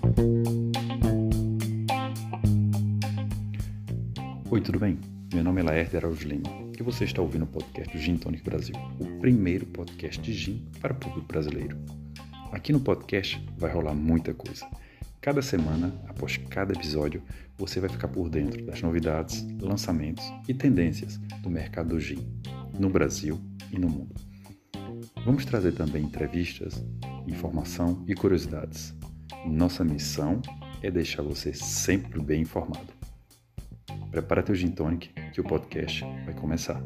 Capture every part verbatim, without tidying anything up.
Oi, tudo bem? Meu nome é Laerte Araújo Lima e você está ouvindo o podcast do Gin Tonic Brasil, o primeiro podcast de gin para o público brasileiro. Aqui no podcast vai rolar muita coisa. Cada semana, após cada episódio, você vai ficar por dentro das novidades, lançamentos e tendências do mercado do gin, no Brasil e no mundo. Vamos trazer também entrevistas, informação e curiosidades. Nossa missão é deixar você sempre bem informado. Prepara teu Gin Tonic, que o podcast vai começar.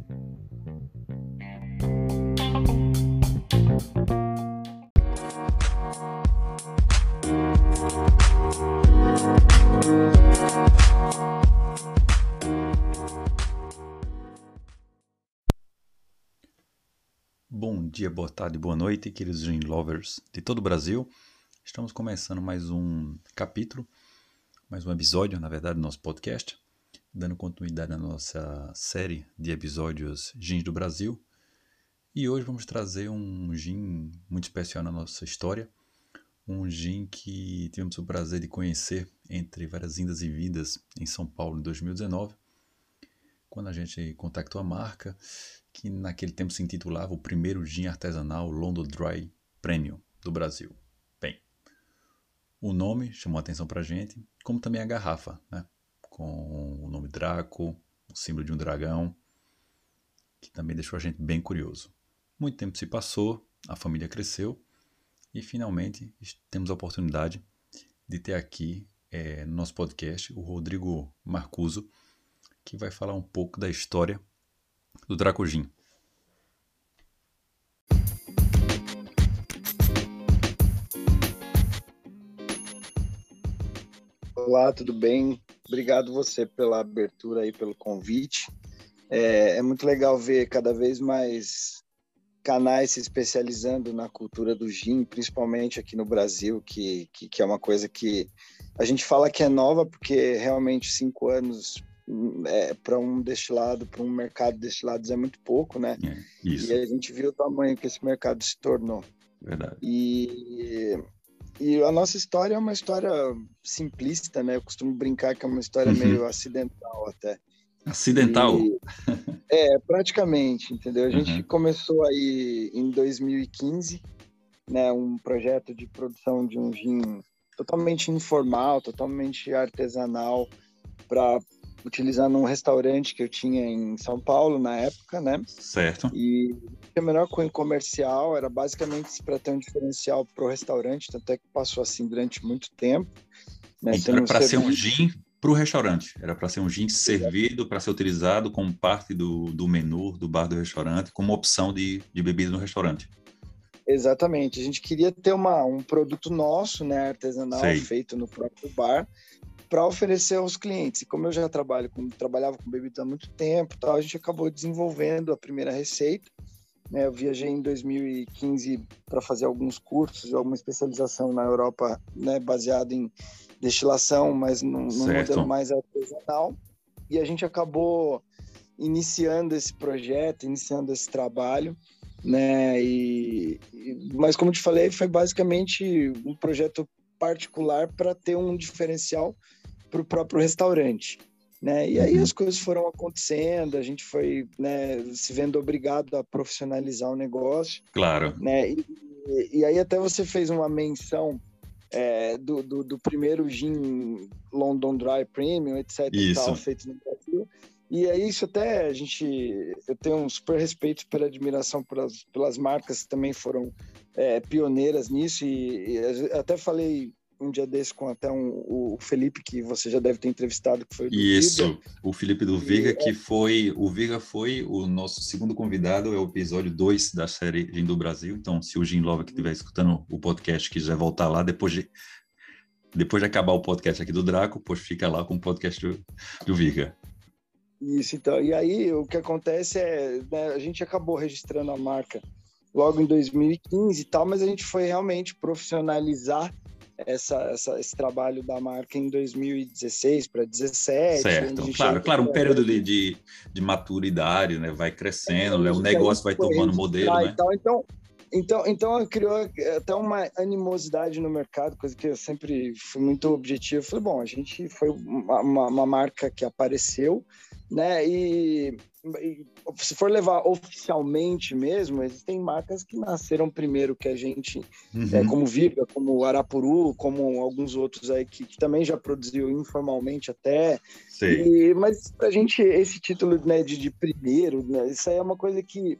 Bom dia, boa tarde, boa noite, queridos gin lovers de todo o Brasil. Estamos começando mais um capítulo, mais um episódio, na verdade, do nosso podcast, dando continuidade à nossa série de episódios Gins do Brasil. E hoje vamos trazer um gin muito especial na nossa história, um gin que tivemos o prazer de conhecer entre várias indas e vindas em São Paulo em dois mil e dezenove, quando a gente contactou a marca, que naquele tempo se intitulava o primeiro gin artesanal London Dry Premium do Brasil. Bem, o nome chamou a atenção para a gente, como também a garrafa, né? Com o nome Draco, o símbolo de um dragão, que também deixou a gente bem curioso. Muito tempo se passou, a família cresceu e finalmente temos a oportunidade de ter aqui é, no nosso podcast o Rodrigo Marcuso, que vai falar um pouco da história do Draco Gin. Olá, tudo bem? Obrigado você pela abertura e pelo convite. É, é muito legal ver cada vez mais canais se especializando na cultura do gin, principalmente aqui no Brasil, que, que, que é uma coisa que a gente fala que é nova, porque realmente cinco anos é, para um destilado, para um mercado de destilados é muito pouco, né? É, isso. E a gente viu o tamanho que esse mercado se tornou. Verdade. E... E a nossa história é uma história simplista, né? Eu costumo brincar que é uma história uhum. meio acidental até. Acidental? E, é, praticamente, entendeu? A gente uhum. começou aí em dois mil e quinze, né? Um projeto de produção de um gin totalmente informal, totalmente artesanal, para utilizar num restaurante que eu tinha em São Paulo na época, né? Certo. E o menor cunho comercial era basicamente para ter um diferencial para o restaurante, tanto é que passou assim durante muito tempo. Né? Então era para ser um gin para o restaurante, era para ser um gin servido, para ser utilizado como parte do, do menu do bar do restaurante, como opção de, de bebida no restaurante. Exatamente, a gente queria ter uma, um produto nosso, né, artesanal, Sei. feito no próprio bar, para oferecer aos clientes. E como eu já trabalho com, trabalhava com bebidas há muito tempo, tal, a gente acabou desenvolvendo a primeira receita. Né? Eu viajei em dois mil e quinze para fazer alguns cursos, alguma especialização na Europa, né, baseado em destilação, mas num, num modelo mais artesanal. E a gente acabou iniciando esse projeto, iniciando esse trabalho. Né? E, e, mas, como eu te falei, foi basicamente um projeto particular para ter um diferencial para o próprio restaurante, né? E aí as coisas foram acontecendo, a gente foi, né, se vendo obrigado a profissionalizar o negócio. Claro. Né? E, e aí até você fez uma menção é, do, do, do primeiro gin London Dry Premium, etc e tal, feito no Brasil. E é isso até, a gente, eu tenho um super respeito pela admiração pelas, pelas marcas que também foram é, pioneiras nisso, e, e até falei um dia desse com até um, o Felipe, que você já deve ter entrevistado, que foi do Isso, Viga. O Felipe do Viga, e, que é... foi, o Viga foi o nosso segundo convidado, é o episódio dois da série Gin do Brasil, então se o Gin Lover que estiver escutando o podcast quiser voltar lá, depois de, depois de acabar o podcast aqui do Draco, pois fica lá com o podcast do, do Viga. Isso, então, e aí o que acontece é, né, a gente acabou registrando a marca logo em dois mil e quinze e tal, mas a gente foi realmente profissionalizar essa, essa, esse trabalho da marca em dois mil e dezesseis para dezessete. Certo, claro, claro, um período de, de, de maturidade, né, vai crescendo, né, o negócio vai tomando modelo, né? Tal. Então, Então, então criou até uma animosidade no mercado, coisa que eu sempre fui muito objetivo. Eu falei, bom, a gente foi uma, uma, uma marca que apareceu, né? E, e se for levar oficialmente mesmo, existem marcas que nasceram primeiro que a gente, uhum. é, como Virga, como Arapuru, como alguns outros aí que, que também já produziu informalmente até. E, mas pra gente, esse título, né, de, de primeiro, né, isso aí é uma coisa que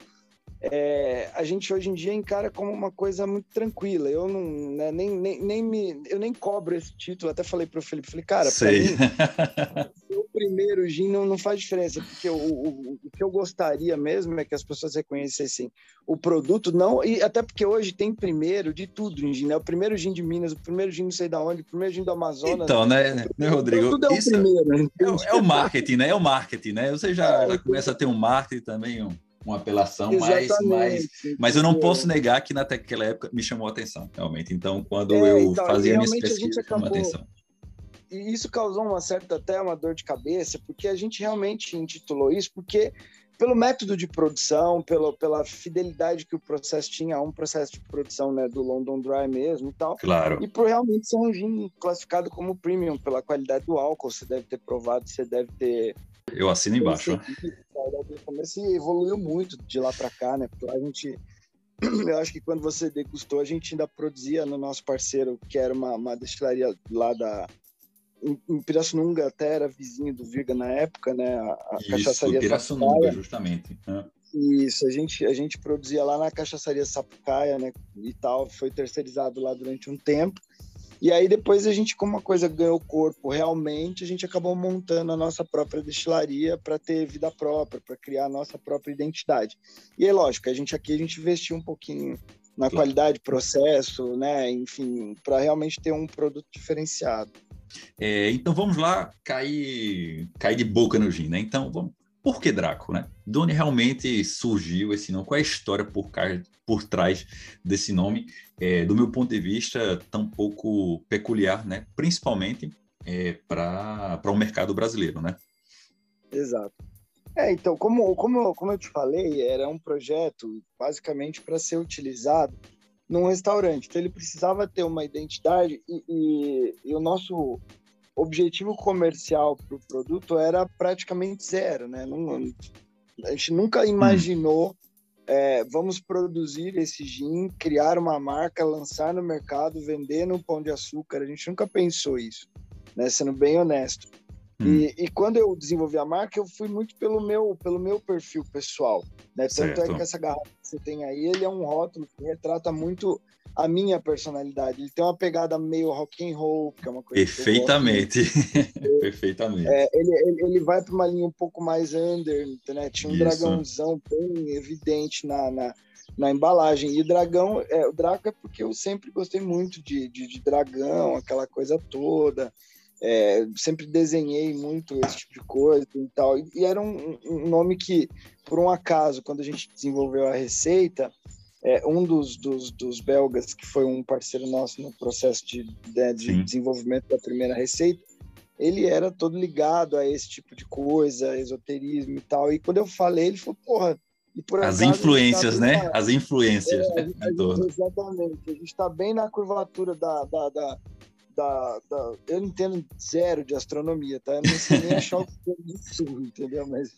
É, a gente hoje em dia encara como uma coisa muito tranquila. Eu não, né, nem, nem, nem me, eu nem cobro esse título. Até falei para o Felipe, falei, cara, para mim, o primeiro gin não, não faz diferença, porque o, o, o que eu gostaria mesmo é que as pessoas reconhecessem o produto, não, e até porque hoje tem primeiro de tudo em gin, né? O primeiro gin de Minas, o primeiro gin não sei da onde, o primeiro gin do Amazonas. Então, né, né Rodrigo? Tudo é o isso primeiro. É, o, é o marketing, né? É o marketing, né? Você já, é, já começa a ter um marketing também, um uma apelação, mas, mas, mas eu não posso negar que naquela época me chamou a atenção, realmente. Então, quando é, eu então, fazia minhas pesquisas, chamou a atenção. E isso causou uma certa, até uma dor de cabeça, porque a gente realmente intitulou isso, porque pelo método de produção, pelo, pela fidelidade que o processo tinha, um processo de produção, né, do London Dry mesmo e tal. Claro. E por realmente ser um gin classificado como premium, pela qualidade do álcool, você deve ter provado, você deve ter... Eu assino embaixo. Esse evoluiu muito de lá para cá, né? Porque a gente, eu acho que quando você degustou, a gente ainda produzia no nosso parceiro, que era uma, uma destilaria lá da em, em Pirassununga, até era vizinho do Virga na época, né? A, a Isso, cachaçaria Pirassununga, Sapucaia. justamente. É. Isso, a gente, a gente produzia lá na cachaçaria Sapucaia, né? E tal, foi terceirizado lá durante um tempo. E aí depois a gente, como a coisa ganhou corpo realmente, a gente acabou montando a nossa própria destilaria para ter vida própria, para criar a nossa própria identidade. E é lógico, a gente aqui a gente investiu um pouquinho na claro. qualidade, processo, né? Enfim, para realmente ter um produto diferenciado. É, então vamos lá cair, cair de boca no gin, né? Então vamos. Por que Draco, né? De onde realmente surgiu esse nome? Qual é a história por, por trás desse nome? É, do meu ponto de vista, tão pouco peculiar, né? Principalmente é, para o mercado brasileiro, né? Exato. É, então, como, como, como eu te falei, era um projeto basicamente para ser utilizado num restaurante. Então, ele precisava ter uma identidade e, e, e o nosso... objetivo comercial para o produto era praticamente zero, né? Não, a gente nunca imaginou hum. é, vamos produzir esse gin, criar uma marca, lançar no mercado, vender no Pão de Açúcar. A gente nunca pensou isso, né? Sendo bem honesto. Hum. E, e quando eu desenvolvi a marca, eu fui muito pelo meu, pelo meu perfil pessoal, né? Tanto é que essa garrafa que você tem aí, ele é um rótulo que retrata muito a minha personalidade. Ele tem uma pegada meio rock and roll, que é uma coisa perfeitamente, perfeitamente. É, ele, ele, ele vai para uma linha um pouco mais under, né? Tinha um Isso. dragãozão bem evidente na, na, na embalagem. E o dragão, é, o Draco é porque eu sempre gostei muito de, de, de dragão, aquela coisa toda. É, sempre desenhei muito esse tipo de coisa e tal. E, e era um, um nome que, por um acaso, quando a gente desenvolveu a receita, É, um dos, dos, dos belgas, que foi um parceiro nosso no processo de, de, de desenvolvimento da primeira receita, ele era todo ligado a esse tipo de coisa, esoterismo e tal. E quando eu falei, ele falou, porra... E por As acaso, influências, né? Na... As influências. É, né? a gente, exatamente. A gente está bem na curvatura da... da, da Da, da, eu não entendo zero de astronomia, tá? Eu não sei nem achar o do sul, entendeu? Mas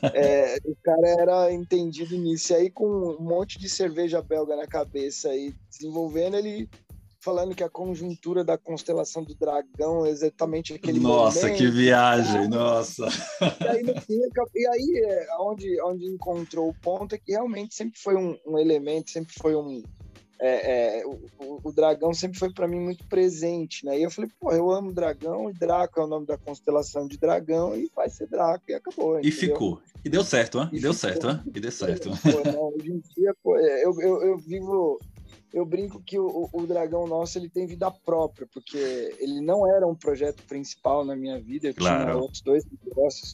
é, o cara era entendido nisso. E aí, com um monte de cerveja belga na cabeça e desenvolvendo, ele falando que a conjuntura da constelação do dragão é exatamente aquele Nossa, momento, que viagem, tá? Nossa! E aí, no fim, e aí é, onde, onde encontrou o ponto é que realmente sempre foi um, um elemento, sempre foi um... É, é, o, o dragão sempre foi para mim muito presente, né? E eu falei, pô, eu amo dragão, e Draco é o nome da constelação de dragão, e vai ser Draco, e acabou. E entendeu? ficou. E deu certo, hein? E, e deu ficou. certo, hein? E deu certo. Pô, não, hoje em dia, pô, eu, eu, eu vivo... Eu brinco que o, o dragão nosso, ele tem vida própria, porque ele não era um projeto principal na minha vida, eu claro. tinha outros dois negócios.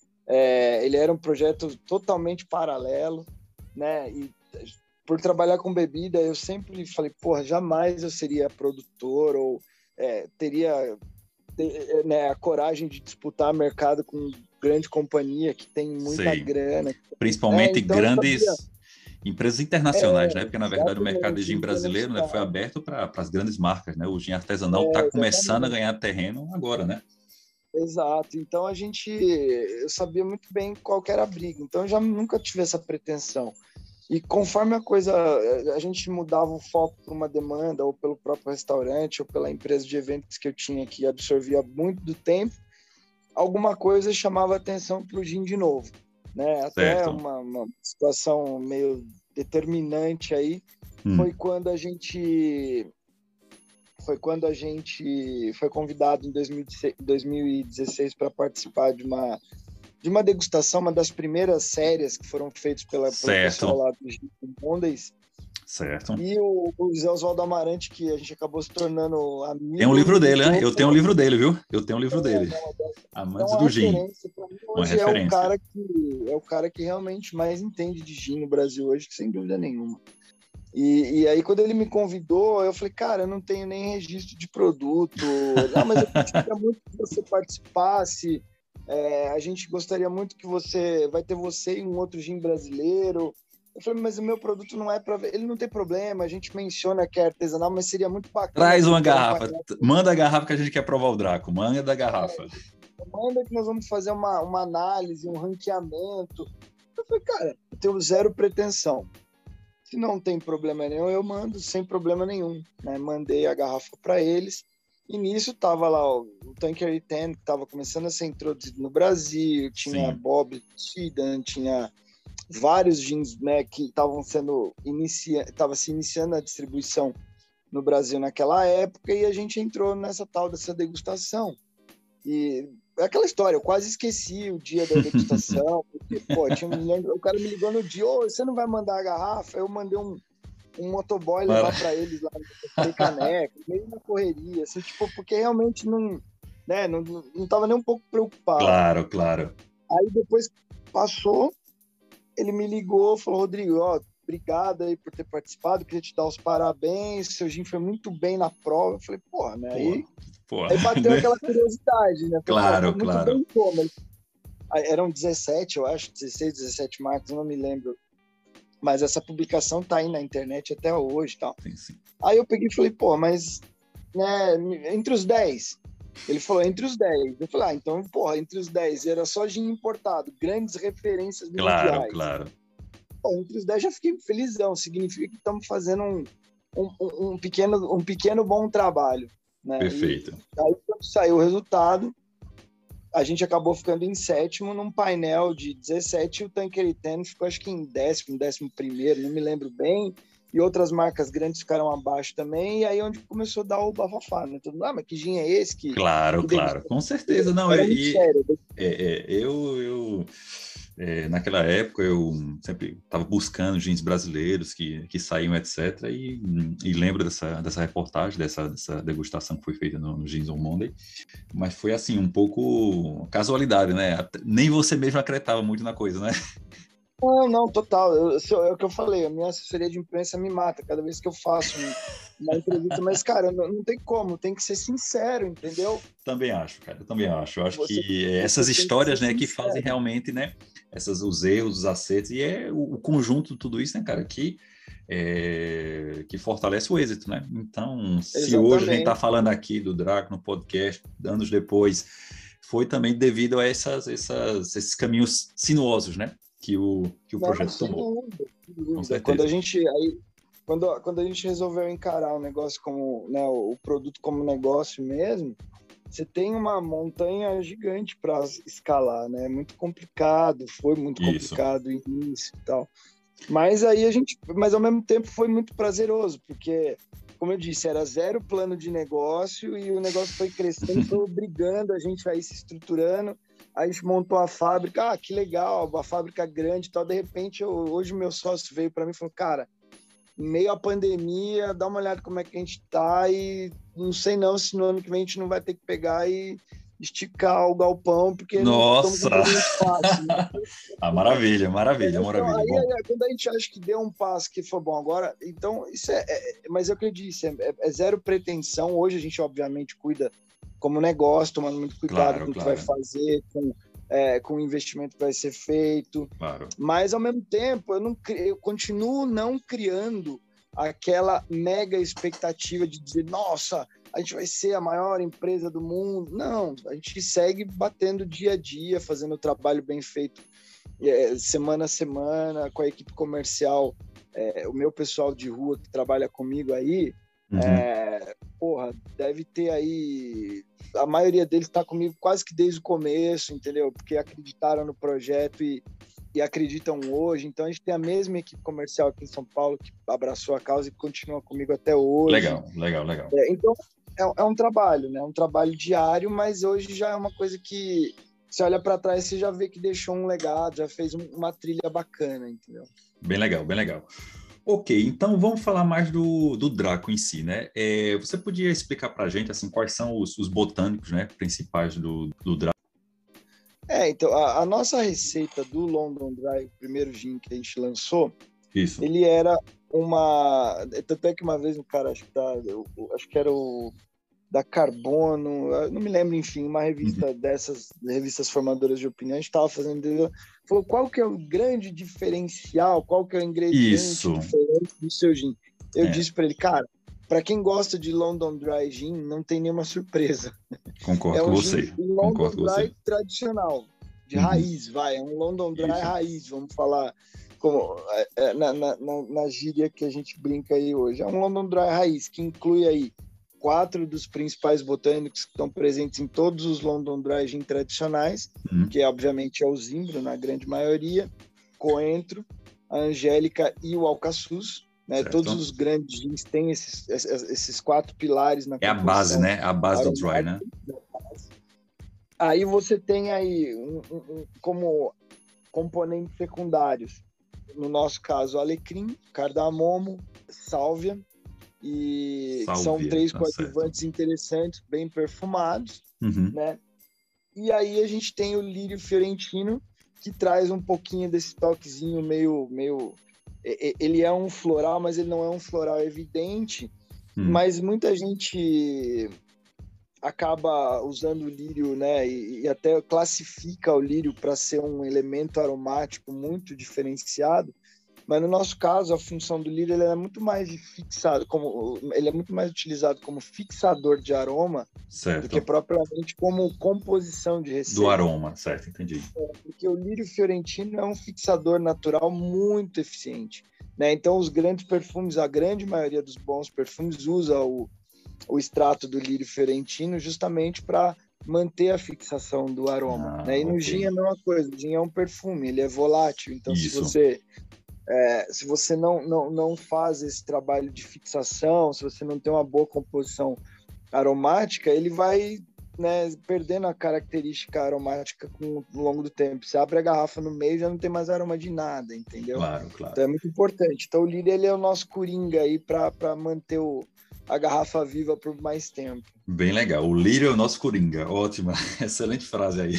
É, ele era um projeto totalmente paralelo, né? E por trabalhar com bebida, eu sempre falei, porra, jamais eu seria produtor ou é, teria ter, né, a coragem de disputar mercado com grande companhia que tem muita Sim. grana. Principalmente é, então grandes, empresas internacionais, É, né? Porque, na verdade, o mercado de gin brasileiro, né, foi aberto para as grandes marcas, né? O gin artesanal está é, começando a ganhar terreno agora, né? Exato. Então a gente, eu sabia muito bem qual que era a briga. Então eu já nunca tive essa pretensão. E conforme a coisa, a gente mudava o foco para uma demanda, ou pelo próprio restaurante, ou pela empresa de eventos que eu tinha, que absorvia muito do tempo, alguma coisa chamava a atenção para o gin de novo, né? Até Certo. uma, uma situação meio determinante aí Hum. foi quando a gente foi quando a gente foi convidado em dois mil e dezesseis para participar de uma de uma degustação, uma das primeiras séries que foram feitas pela, pelo pessoal lá do Gin Mondays. Certo. E o, o José Oswaldo Amarante, que a gente acabou se tornando amigo. Tem um livro dele, né? Eu tenho um livro dele, viu? Eu tenho um livro é, dele. É Amantes uma do Gin. referência. Pra mim, hoje é o cara que é o cara que realmente mais entende de gin no Brasil hoje, sem dúvida nenhuma. E, e aí, quando ele me convidou, eu falei, cara, eu não tenho nem registro de produto. Não, mas eu gostaria muito que você participasse. É, a gente gostaria muito que você... Vai ter você e um outro gin brasileiro. Eu falei, mas o meu produto não é para... Ele não tem problema, a gente menciona que é artesanal, mas seria muito bacana. Traz uma garrafa. Um manda a garrafa que a gente quer provar o Draco. Manda da garrafa. É, manda que nós vamos fazer uma, uma análise, um ranqueamento. Eu falei, cara, eu tenho zero pretensão. Se não tem problema nenhum, eu mando sem problema nenhum. Né? Mandei a garrafa para eles. E nisso tava lá ó, o Tanqueray dez, que estava começando a ser introduzido no Brasil. Tinha Sim. Bob Sidan, tinha vários gins, né, que estavam sendo inicia... tava se iniciando a distribuição no Brasil naquela época. E a gente entrou nessa tal dessa degustação. E é aquela história, eu quase esqueci o dia da degustação, porque, pô, tinha um milhão de... o cara me ligou no dia, ô, você não vai mandar a garrafa? Eu mandei um, um motoboy levar para eles lá no Caneca, meio na correria, assim, tipo, porque realmente não, né, não, não tava nem um pouco preocupado. Claro, claro. Aí depois passou, ele me ligou, falou, Rodrigo, ó, obrigado aí por ter participado, queria te dar os parabéns, seu gin foi muito bem na prova. Eu falei, porra, né, aí... Pô, aí bateu né? aquela curiosidade, né? Claro, muito claro. Bem como. Eram dezessete, eu acho, dezesseis, dezessete marcas, eu não me lembro. Mas essa publicação tá aí na internet até hoje e tal. Sim, sim. Aí eu peguei e falei, pô, mas né, entre os dez. Ele falou, entre os dez. Eu falei, ah, então, porra, entre os dez. E era só gin importado, grandes referências mundiais. Claro, claro. Pô, entre os dez já fiquei felizão. Significa que estamos fazendo um, um, um, pequeno, um pequeno bom trabalho. Né? Perfeito. E aí, quando saiu o resultado, a gente acabou ficando em sétimo num painel de dezessete, e o Tanqueray dez ficou acho que em décimo, décimo primeiro, não me lembro bem, e outras marcas grandes ficaram abaixo também, e aí onde começou a dar o bafafá, né? Todo mundo, ah, mas que gin é esse? Que, claro, que claro, com certeza. Não, era e, muito sério. É, é, eu... eu... É, naquela época eu sempre estava buscando gins brasileiros que, que saíam, etcétera. E, e lembro dessa, dessa reportagem, dessa, dessa degustação que foi feita no, no Gins on Monday. Mas foi assim, um pouco casualidade, né? Nem você mesmo acreditava muito na coisa, né? Não, não, total. Eu, eu, é o que eu falei, a minha assessoria de imprensa me mata cada vez que eu faço uma entrevista. Mas, cara, não, não tem como, tem que ser sincero, entendeu? Também acho, cara, eu também acho. Eu acho Você, que essas histórias, que né, que fazem sincero. realmente, né, essas, os erros, os acertos, e é o, o conjunto de tudo isso, né, cara, que, é, que fortalece o êxito, né? Então, se Exatamente. Hoje a gente tá falando aqui do Draco no podcast, anos depois, foi também devido a essas, essas, esses caminhos sinuosos, né? Que o, que o Não, projeto sem tomou. dúvida, sem dúvida. Quando a gente aí, quando, quando a gente resolveu encarar o negócio como, né, o produto como negócio mesmo, você tem uma montanha gigante para escalar, né? É muito complicado, foi muito Isso. complicado o início e tal. Mas aí a gente, mas ao mesmo tempo foi muito prazeroso, porque, como eu disse, era zero plano de negócio e o negócio foi crescendo, foi obrigando a gente a ir se estruturando. Aí a gente montou a fábrica, ah, que legal, uma fábrica grande e tal. De repente, eu, hoje meu sócio veio para mim e falou, cara, em meio à pandemia, dá uma olhada como é que a gente tá e não sei não se no ano que vem a gente não vai ter que pegar e esticar o galpão, porque Nossa! não estamos espaço, né? Ah, maravilha, maravilha, então, maravilha. Aí, Bom. aí, quando a gente acha que deu um passo que foi bom agora, então isso é, é mas é o que eu disse, é, é zero pretensão. Hoje a gente obviamente cuida como negócio, tomando muito cuidado Claro, com o que claro. vai fazer, com, é, com o investimento que vai ser feito. Claro. Mas, ao mesmo tempo, eu, não, eu continuo não criando aquela mega expectativa de dizer, nossa, a gente vai ser a maior empresa do mundo. Não, a gente segue batendo dia a dia, fazendo o trabalho bem feito, é, semana a semana, com a equipe comercial, é, o meu pessoal de rua que trabalha comigo aí, uhum. é, porra, deve ter aí, a maioria deles está comigo quase que desde o começo, entendeu? Porque acreditaram no projeto e, e acreditam hoje. Então a gente tem a mesma equipe comercial aqui em São Paulo que abraçou a causa e continua comigo até hoje. Legal, legal, legal. É, então é, é um trabalho, né? Um trabalho diário, mas hoje já é uma coisa que você olha para trás, você já vê que deixou um legado, já fez um, uma trilha bacana, entendeu? Bem legal, bem legal. Ok, então vamos falar mais do, do Draco em si, né? É, você podia explicar para a gente, assim, quais são os, os botânicos, né, principais do, do Draco? É, então, a, a nossa receita do London Dry, o primeiro gin que a gente lançou, Isso. Ele era uma... Tanto é que uma vez um cara, acho que, tá, eu, acho que era o da Carbono, eu não me lembro, enfim, uma revista uhum. dessas, revistas formadoras de opinião, a gente estava fazendo, falou qual que é o grande diferencial, qual que é o ingrediente Isso. diferente do seu gin. Eu é. disse para ele, cara, para quem gosta de London Dry Gin, não tem nenhuma surpresa. Concordo é um com gin, você. Um London Concordo Dry com você. tradicional, de uhum. raiz, vai, é um London Dry Isso. raiz, vamos falar como é, na, na, na, na gíria que a gente brinca aí hoje. É um London Dry raiz, que inclui aí quatro dos principais botânicos que estão presentes em todos os London Dry Gin tradicionais, uhum. que obviamente é o Zimbro, na grande maioria, Coentro, a Angélica e o Alcaçuz. Né? Todos os grandes gins têm esses, esses quatro pilares na É a base, né? A base do dry, né? Aí você tem aí um, um, um, como componentes secundários, no nosso caso, alecrim, cardamomo, sálvia, e Salvia, são três tá coadjuvantes certo. interessantes, bem perfumados, uhum. né? E aí a gente tem o lírio fiorentino, que traz um pouquinho desse toquezinho meio, meio... Ele é um floral, mas ele não é um floral evidente, hum. mas muita gente acaba usando o lírio, né? E, e até classifica o lírio para ser um elemento aromático muito diferenciado. Mas no nosso caso, a função do lírio ele é muito mais de fixado, como ele é muito mais utilizado como fixador de aroma certo. do que propriamente como composição de receita. Do aroma, certo, entendi. É, porque o lírio fiorentino é um fixador natural muito eficiente, né? Então os grandes perfumes, a grande maioria dos bons perfumes usa o, o extrato do lírio fiorentino justamente para manter a fixação do aroma, ah, né? E no okay. gin é a mesma coisa, o gin é um perfume, ele é volátil, então Isso. se você É, se você não, não, não faz esse trabalho de fixação, se você não tem uma boa composição aromática, ele vai, né, perdendo a característica aromática com, ao longo do tempo. Você abre a garrafa no meio, já não tem mais aroma de nada, entendeu? Claro, claro. Então é muito importante. Então o lírio ele é o nosso coringa aí para manter o, a garrafa viva por mais tempo. Bem legal. O lírio é o nosso coringa. Ótima. Excelente frase aí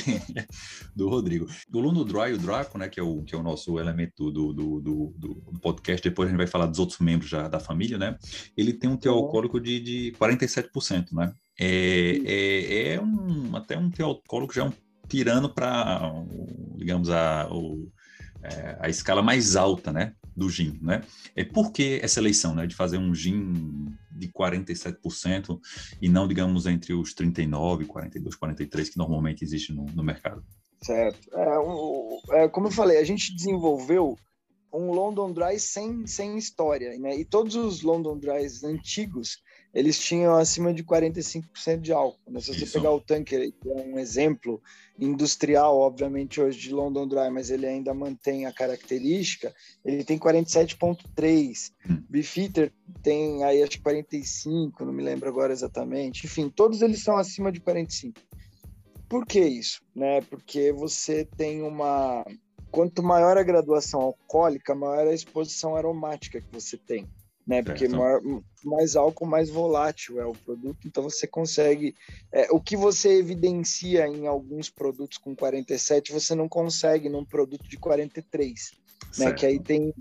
do Rodrigo. Do London Dry, o Draco, né, que é o, que é o nosso elemento do, do, do, do podcast, depois a gente vai falar dos outros membros já da família, né? Ele tem um teor alcoólico de, de quarenta e sete por cento, né? É, é, é um, até um teor alcoólico já é um tirando para, digamos, a, o, é, a escala mais alta, né? Do gin, né? É por que essa eleição, né, de fazer um gin de quarenta e sete por cento e não, digamos, entre os trinta e nove, quarenta e dois, quarenta e três que normalmente existe no, no mercado? Certo. É, um, é, como eu falei, a gente desenvolveu um London Dry sem, sem história, né? E todos os London Drys antigos, eles tinham acima de quarenta e cinco por cento de álcool, né? Se você Isso. pegar o Tanqueray, que é um exemplo industrial, obviamente, hoje de London Dry, mas ele ainda mantém a característica, ele tem quarenta e sete vírgula três. Hum. Beefeater tem aí acho que quarenta e cinco, não me lembro agora exatamente. Enfim, todos eles são acima de quarenta e cinco. Por que isso? Né? Porque você tem uma... Quanto maior a graduação alcoólica, maior a exposição aromática que você tem, né? Porque maior, mais álcool, mais volátil é o produto, então você consegue... É, o que você evidencia em alguns produtos com quarenta e sete, você não consegue num produto de quarenta e três, né? Que aí tem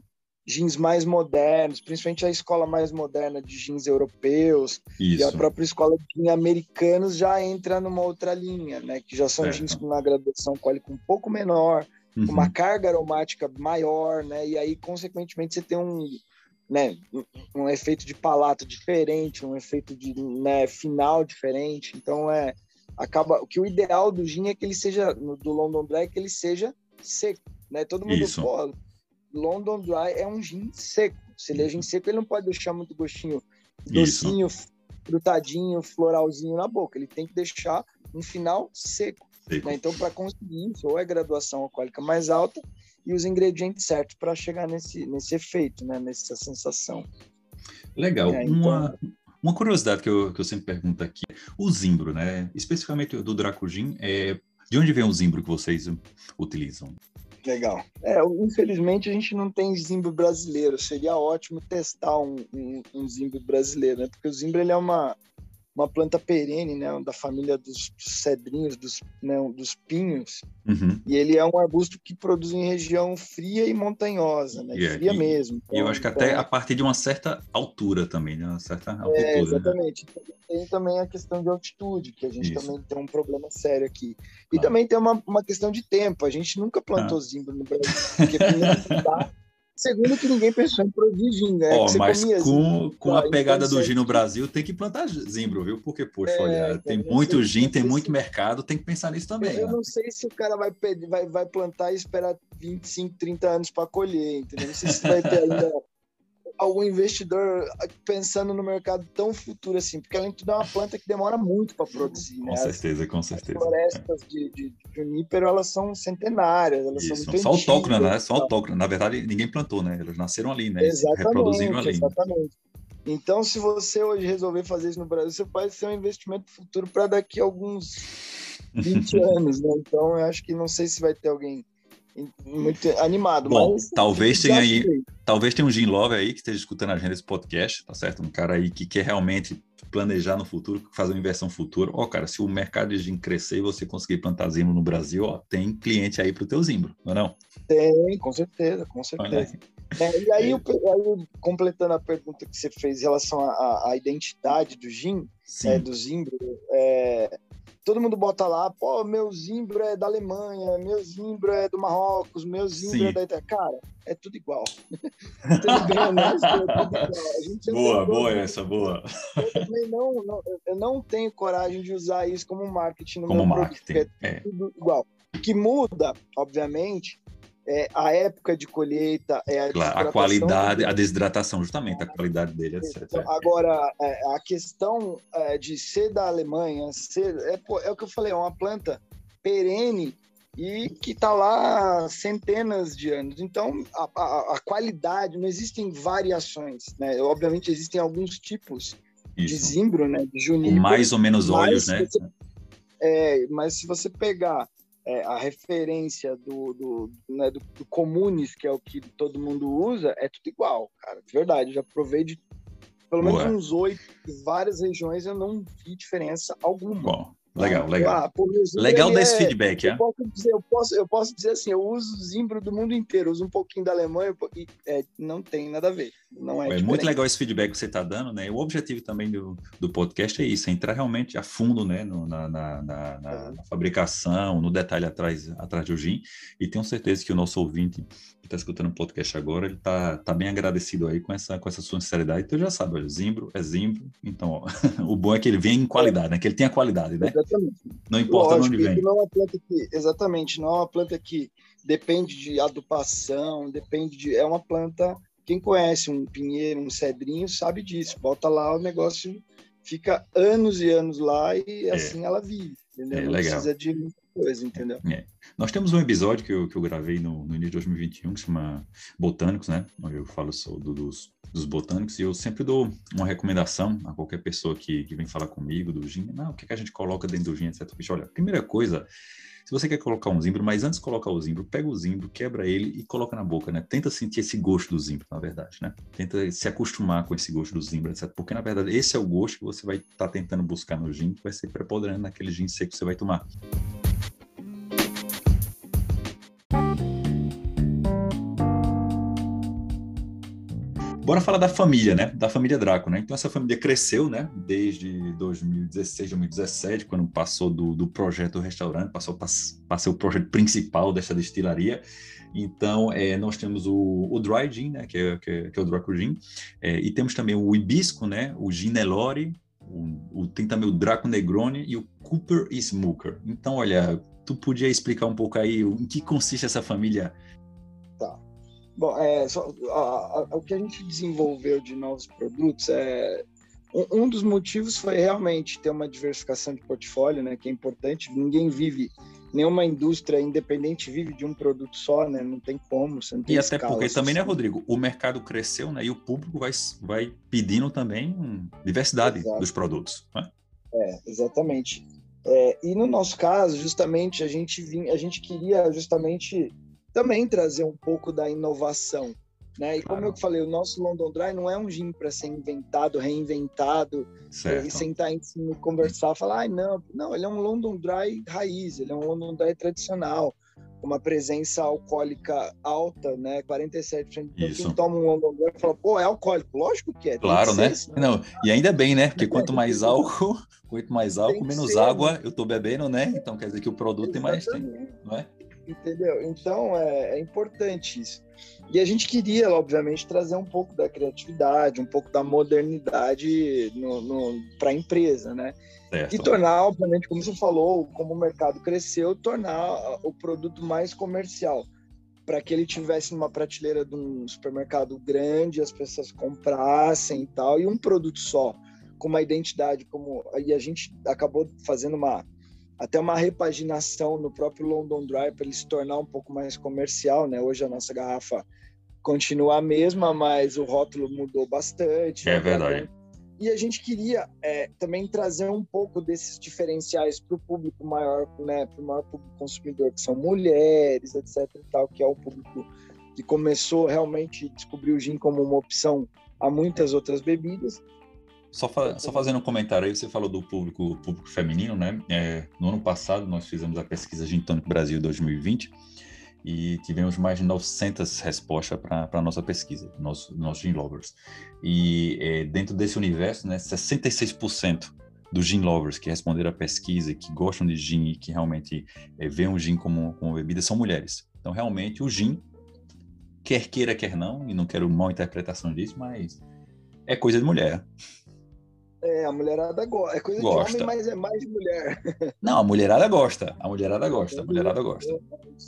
gins mais modernos, principalmente a escola mais moderna de gins europeus. Isso. E a própria escola de gin americanos já entra numa outra linha, né? Que já são certo. Gins com uma graduação alcoólica um pouco menor, uhum. uma carga aromática maior, né? E aí, consequentemente, você tem um, né, um efeito de palato diferente, um efeito de, né, final diferente. Então, é, acaba que o ideal do gin é que ele seja, do London Dry, é que ele seja seco, né? Todo mundo, Isso. pô, London Dry é um gin seco. Se ele é gin seco, ele não pode deixar muito gostinho docinho, Isso. frutadinho, floralzinho na boca. Ele tem que deixar um final seco. seco. Né? Então, para conseguir isso, ou é graduação alcoólica mais alta e os ingredientes certos para chegar nesse, nesse efeito, né? Nessa sensação. Legal. É, então... uma, uma curiosidade que eu, que eu sempre pergunto aqui, o zimbro, né? Especificamente do Draco Gin, é... de onde vem o zimbro que vocês utilizam? Legal. É, infelizmente a gente não tem zimbro brasileiro. Seria ótimo testar um, um, um zimbro brasileiro, né? Porque o zimbro ele é uma, uma planta perene, né? Da família dos cedrinhos, dos, né? dos pinhos. Uhum. E ele é um arbusto que produz em região fria e montanhosa, né? Yeah. Fria e, mesmo. Então, e eu acho que até então, a partir de uma certa altura também, né? Uma certa altitude. É, exatamente. Né? Tem também a questão de altitude, que a gente Isso. também tem um problema sério aqui. E ah. também tem uma, uma questão de tempo. A gente nunca plantou ah. zimbro no Brasil. Porque primeiro que tá, segundo que ninguém pensou em produzir gin, né? Oh, mas com, zimbro, com a pegada do gin no Brasil, tem que plantar zimbro, viu? Porque, poxa, é, olha, tem muito gin, tem muito se... mercado, tem que pensar nisso também. Eu, eu não sei se o cara vai, vai, vai plantar e esperar vinte e cinco, trinta anos para colher, entendeu? Não sei se vai ter ainda algum investidor pensando no mercado tão futuro assim, porque além de tudo é uma planta que demora muito para produzir. Com né? certeza, as, com certeza. As florestas é. de, de, de junípero, elas são centenárias, elas Isso. são muito só antigas. Autóctona, né? Só autóctona. Na verdade, ninguém plantou, né? Elas nasceram ali, né? Exatamente, se reproduziram ali. Exatamente. Então, se você hoje resolver fazer isso no Brasil, você pode ser um investimento futuro para daqui a alguns vinte anos, né? Então, eu acho que não sei se vai ter alguém muito animado. Bom, mas, talvez tenha aí, talvez tenha um gin lover aí que esteja escutando a gente esse podcast, tá certo? Um cara aí que quer realmente planejar no futuro, fazer uma inversão futura. Ó, cara, se o mercado de gin crescer e você conseguir plantar zimbro no Brasil, ó, tem cliente aí pro teu zimbro, não é não? Tem, com certeza, com certeza. É, e aí, é. eu, aí, completando a pergunta que você fez em relação à, à identidade do gin, é, do zimbro, é, todo mundo bota lá, pô, meu zimbro é da Alemanha, meu zimbro é do Marrocos, meu zimbro Sim. é da Itália. Cara, é tudo igual. Tudo bem honesto, é tudo igual. A gente boa, boa essa, boa. Eu também não, não, eu não tenho coragem de usar isso como marketing no como meu marketing, produto, é, é tudo igual. O que muda, obviamente, é a época de colheita, é a, claro, a qualidade, a desidratação, justamente, a qualidade dele, etcétera. Agora, a questão de ser da Alemanha, ser, é, é o que eu falei, é uma planta perene e que está lá centenas de anos. Então, a, a, a qualidade, não existem variações, né? Obviamente, existem alguns tipos Isso. de zimbro, né? De junípero. Mais ou menos olhos, né? Você, é, mas se você pegar É, a referência do, do, né, do, do comunes, que é o que todo mundo usa, é tudo igual, cara, de verdade, já provei de pelo menos Boa. uns oito, várias regiões eu não vi diferença alguma. Bom, legal, legal. Ah, pô, legal desse é, feedback, eu é? Posso dizer, eu, posso, eu posso dizer assim, eu uso zimbro do mundo inteiro, uso um pouquinho da Alemanha e é, não tem nada a ver. Não é, é muito legal esse feedback que você está dando, né? O objetivo também do, do podcast é isso, é entrar realmente a fundo, né? No, na, na, na, na, na fabricação, no detalhe atrás, atrás do gin, e tenho certeza que o nosso ouvinte que está escutando o podcast agora, ele está tá bem agradecido aí com essa, com essa sua sinceridade. Então já sabe, olha, zimbro é zimbro, então ó, o bom é que ele vem em qualidade, né? Que ele tenha qualidade, né? Exatamente. Não importa Lógico, de onde vem. Não é uma planta que, exatamente, não é uma planta que depende de adubação, depende de... É uma planta... Quem conhece um pinheiro, um cedrinho, sabe disso. Bota lá, o negócio fica anos e anos lá e assim é. ela vive, entendeu? É, não legal. precisa de muita coisa, entendeu? É. Nós temos um episódio que eu, que eu gravei no, no início de dois mil e vinte e um, que se chama Botânicos, né? Onde eu falo sobre dos, dos botânicos, e eu sempre dou uma recomendação a qualquer pessoa que, que vem falar comigo do gin. Não, o que, é que a gente coloca dentro do gin, etcétera. Olha, a primeira coisa... Se você quer colocar um zimbro, mas antes de colocar o zimbro, pega o zimbro, quebra ele e coloca na boca, né? Tenta sentir esse gosto do zimbro, na verdade, né? Tenta se acostumar com esse gosto do zimbro, etcétera. Porque, na verdade, esse é o gosto que você vai estar tá tentando buscar no gin, que vai ser preponderante naquele gin seco que você vai tomar. Bora falar da família, né? Da família Draco, né? Então essa família cresceu, né? Desde dois mil e dezesseis, dois mil e dezessete, quando passou do, do projeto restaurante, passou para ser o projeto principal dessa destilaria. Então, é, nós temos o, o Dry Gin, né? Que é, que é, que é o Draco Gin. É, e temos também o Hibisco, né? O Gin Nelore. O, o, tem também o Draco Negroni e o Cooper Smoker. Então, olha, tu podia explicar um pouco aí em que consiste essa família? Tá. Bom, é, só, a, a, o que a gente desenvolveu de novos produtos é um, um dos motivos foi realmente ter uma diversificação de portfólio, né, que é importante. Ninguém vive, nenhuma indústria independente vive de um produto só, né? Não tem como, você não tem E até escala, porque assim. também, né, Rodrigo, o mercado cresceu, né, e o público vai, vai pedindo também diversidade Exato. dos produtos, né? É, exatamente. É, e no nosso caso, justamente, a gente, vinha, a gente queria justamente também trazer um pouco da inovação, né? E Claro. como eu falei, o nosso London Dry não é um gin para ser inventado, reinventado, certo. e sentar em cima e conversar, falar, ah, não, não, ele é um London Dry raiz, ele é um London Dry tradicional, com uma presença alcoólica alta, né? quarenta e sete por cento. Então, Isso. quem toma um London Dry fala, pô, é alcoólico. Lógico que é. Claro, tem que né? ser, Não, e ainda bem, né? Porque quanto mais álcool, quanto mais álcool, menos ser, água né? eu tô bebendo, né? Então quer dizer que o produto tem mais, tem, não é? Entendeu? Então é, é importante isso. E a gente queria, obviamente, trazer um pouco da criatividade, um pouco da modernidade no, no, para a empresa, né? Certo. E tornar, obviamente, como você falou, como o mercado cresceu, tornar o produto mais comercial, para que ele tivesse numa prateleira de um supermercado grande, as pessoas comprassem e tal, e um produto só, com uma identidade como... E a gente acabou fazendo uma até uma repaginação no próprio London Dry para ele se tornar um pouco mais comercial, né? Hoje a nossa garrafa continua a mesma, mas o rótulo mudou bastante. É verdade. E a gente queria é, também trazer um pouco desses diferenciais para o público maior, né? Para o maior público consumidor, que são mulheres, etc e tal, que é o público que começou realmente a descobrir o gin como uma opção a muitas outras bebidas. Só, fa só fazendo um comentário aí, você falou do público, público feminino, né? É, no ano passado, nós fizemos a pesquisa Gin Tonic Brasil dois mil e vinte e tivemos mais de novecentas respostas para a nossa pesquisa, nosso, nosso Gin Lovers. E é, dentro desse universo, né, sessenta e seis por cento dos Gin Lovers que responderam à pesquisa, que gostam de gin e que realmente é, veem o gin como, como bebida, são mulheres. Então, realmente, o gin, quer queira, quer não, e não quero mal interpretação disso, mas é coisa de mulher. É, a mulherada gosta. É coisa gosta. de homem, mas é mais de mulher. Não, a mulherada gosta. A mulherada gosta. A mulherada gosta.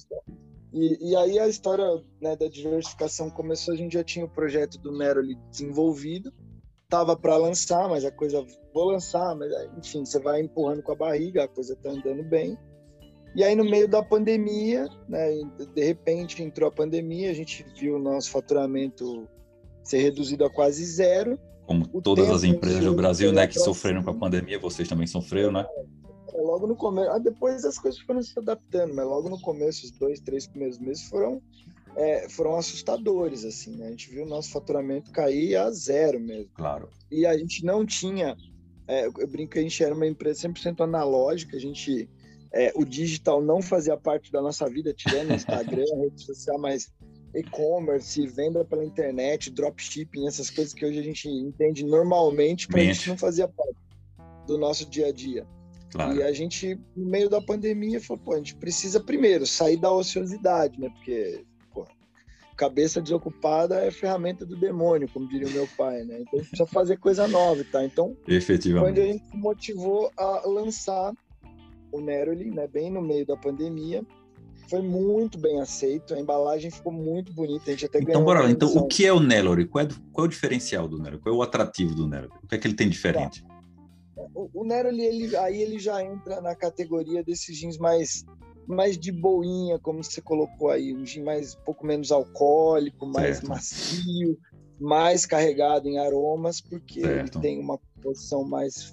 E, e aí a história, né, da diversificação começou, a gente já tinha o projeto do Nero ali desenvolvido, tava para lançar, mas a coisa, vou lançar, mas enfim, você vai empurrando com a barriga, a coisa tá andando bem. E aí no meio da pandemia, né, de repente entrou a pandemia, a gente viu o nosso faturamento ser reduzido a quase zero. Como o todas as empresas do Brasil, né, que sofreram com a pandemia, vocês também sofreram, né? É, logo no começo, ah, depois as coisas foram se adaptando, mas logo no começo, os dois, três primeiros meses foram, é, foram assustadores, assim, né? A gente viu o nosso faturamento cair a zero mesmo. Claro. E a gente não tinha, é, eu brinco que a gente era uma empresa cem por cento analógica, a gente, é, o digital não fazia parte da nossa vida, tirando o Instagram, a rede social, mas e-commerce, venda pela internet, dropshipping, essas coisas que hoje a gente entende normalmente, para a gente não fazia parte do nosso dia a dia. Claro. E a gente, no meio da pandemia, falou, pô, a gente precisa primeiro sair da ociosidade, né? Porque, pô, cabeça desocupada é ferramenta do demônio, como diria o meu pai, né? Então a gente precisa fazer coisa nova, tá? Então, efetivamente, quando a gente se motivou a lançar o Neroli, né? Bem no meio da pandemia, foi muito bem aceito, a embalagem ficou muito bonita, a gente até então, ganhou... Bora lá, então, o que é o Nelore? Qual é, qual é o diferencial do Nelore? Qual é o atrativo do Nelore? O que é que ele tem diferente? Tá. O, o Neroli, ele, aí ele já entra na categoria desses gins mais, mais de boinha, como você colocou aí, um gin mais, um pouco menos alcoólico, mais certo. macio, mais carregado em aromas, porque certo. ele tem uma composição mais...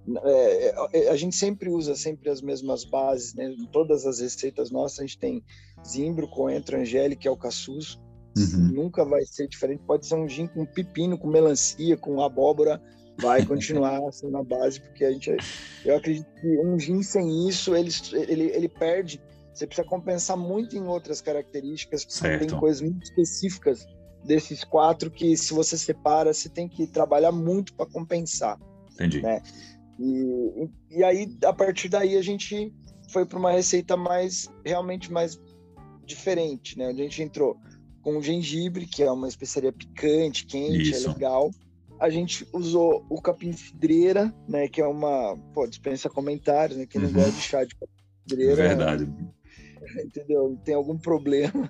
É, a gente sempre usa sempre as mesmas bases, né? Em todas as receitas nossas a gente tem zimbro, coentro, angélica e alcaçuz. Uhum. Nunca vai ser diferente. Pode ser um gin com pepino, com melancia, com abóbora, vai continuar sendo a base, porque a gente, eu acredito que um gin sem isso ele, ele, ele perde. Você precisa compensar muito em outras características, certo. Tem coisas muito específicas desses quatro que, se você separa, você tem que trabalhar muito para compensar. Entendi. Né? E, e aí, a partir daí, a gente foi para uma receita mais, realmente mais diferente, né? Onde a gente entrou com o gengibre, que é uma especiaria picante, quente, Isso. é legal. A gente usou o capim-cidreira, né? Que é uma... Pô, dispensa comentários, né? Quem não Uhum. gosta de chá de capim-cidreira... Verdade. Entendeu? Tem algum problema.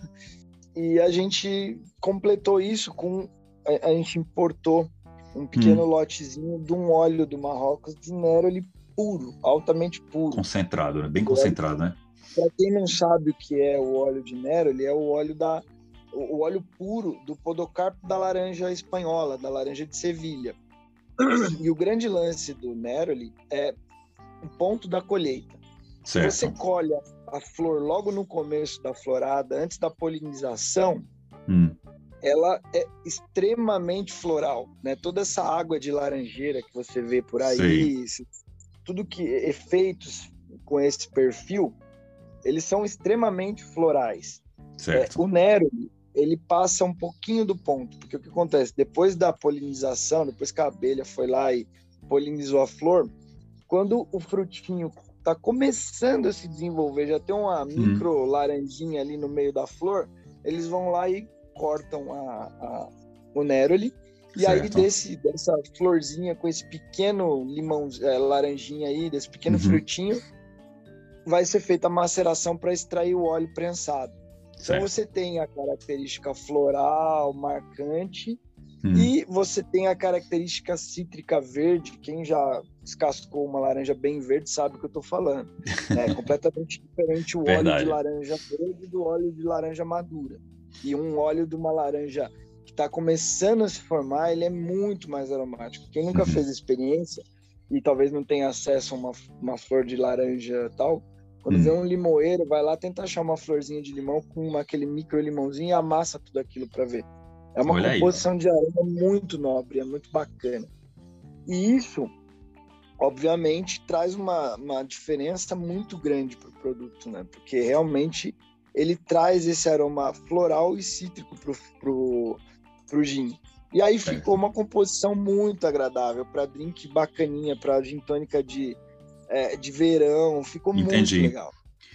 E a gente completou isso com... A, a gente importou um pequeno hum. lotezinho de um óleo do Marrocos de Neroli puro, altamente puro. Concentrado, né? Bem concentrado, né? Para quem não sabe o que é o óleo de Neroli, é o óleo da o óleo puro do podocarpo da laranja espanhola, da laranja de Sevilha. E o grande lance do Neroli é o ponto da colheita. Certo. Se você colhe a flor logo no começo da florada, antes da polinização, hum. ela é extremamente floral, né? Toda essa água de laranjeira que você vê por aí, esse, tudo que efeitos com esse perfil, eles são extremamente florais. Certo. É, o Neroli, ele passa um pouquinho do ponto, porque o que acontece? Depois da polinização, depois que a abelha foi lá e polinizou a flor, quando o frutinho está começando a se desenvolver, já tem uma hum. micro laranjinha ali no meio da flor, eles vão lá e cortam a, a, o Neroli, e certo. Aí desse, dessa florzinha com esse pequeno limão, é, laranjinha aí, desse pequeno uhum. frutinho, vai ser feita a maceração para extrair o óleo prensado. Certo. Então você tem a característica floral, marcante, hum. e você tem a característica cítrica verde. Quem já descascou uma laranja bem verde sabe o que eu estou falando. É completamente diferente o óleo de laranja verde do óleo de laranja madura. E um óleo de uma laranja que está começando a se formar, ele é muito mais aromático. Quem nunca fez a experiência e talvez não tenha acesso a uma, uma flor de laranja e tal, quando hum. vê um limoeiro, vai lá tentar achar uma florzinha de limão com uma, aquele micro limãozinho e amassa tudo aquilo para ver. É uma Olha composição aí, de aroma muito nobre, é muito bacana. E isso, obviamente, traz uma, uma diferença muito grande para o produto, né? Porque realmente ele traz esse aroma floral e cítrico pro, pro, pro gin. E aí ficou uma composição muito agradável para drink bacaninha, para gin tônica de, é, de verão. Ficou Entendi. Muito legal.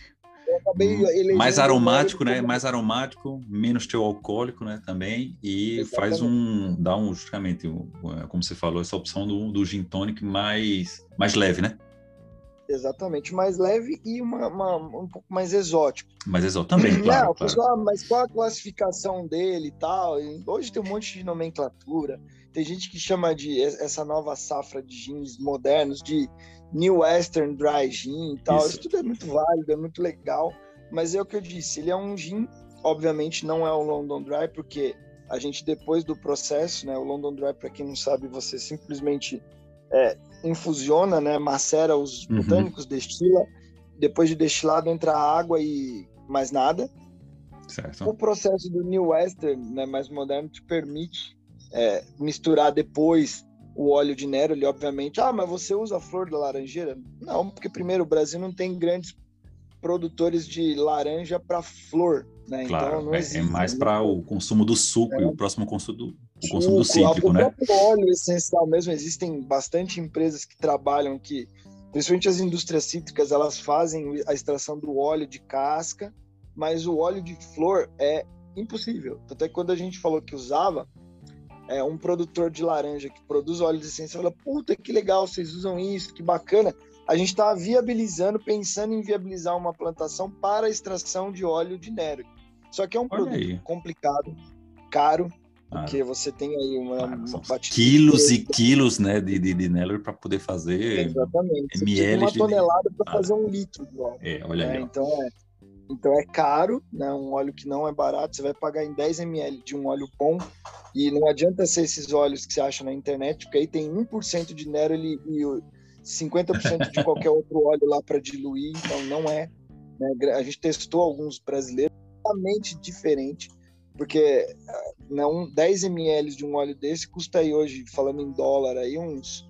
Eu acabei mais aromático, né? Mais aromático, menos teu alcoólico, né? Também. E Exatamente. Faz um... Dá um, justamente, um, como você falou, essa opção do, do gin tônico mais, mais leve, né? Exatamente, mais leve e uma, uma, um pouco mais exótico. Mais exótico também, claro. Não, claro. Pessoal, mas qual a classificação dele e tal? E hoje tem um monte de nomenclatura. Tem gente que chama de essa nova safra de gins modernos de New Western Dry Gin e tal. Isso. Isso tudo é muito válido, é muito legal. Mas é o que eu disse, ele é um gin, obviamente não é o London Dry, porque a gente, depois do processo, né? O London Dry, para quem não sabe, você simplesmente... É, infusiona, né, macera os uhum. botânicos, destila, depois de destilado entra a água e mais nada. Certo. O processo do New Western, né, mais moderno, te permite é, misturar depois o óleo de Neroli, obviamente. Ah, mas você usa a flor da laranjeira? Não, porque primeiro o Brasil não tem grandes produtores de laranja para flor, né? Claro, então não é, existe, é mais né? para o consumo do suco é. E o próximo consumo do, o consumo Suco, do cítrico, o né? O próprio óleo essencial mesmo, existem bastante empresas que trabalham que, principalmente as indústrias cítricas, elas fazem a extração do óleo de casca, mas o óleo de flor é impossível. Até quando a gente falou que usava, é, um produtor de laranja que produz óleo de essência fala, puta, que legal, vocês usam isso, que bacana. A gente está viabilizando, pensando em viabilizar uma plantação para a extração de óleo de Neroli. Só que é um Olha produto aí. complicado, caro, porque ah, você tem aí uma, claro, uma quilos e quilos, né, de, de, de Neroli para poder fazer Exatamente. ml uma de... tonelada para fazer um litro de óleo. É, olha né? aí. Então é, então é caro, né? Um óleo que não é barato, você vai pagar em dez mililitros de um óleo bom, e não adianta ser esses óleos que você acha na internet, porque aí tem um por cento de Neroli e cinquenta por cento de qualquer outro óleo lá para diluir, então não é. Né? A gente testou alguns brasileiros totalmente diferente, porque não, dez mililitros de um óleo desse custa aí hoje, falando em dólar, aí uns,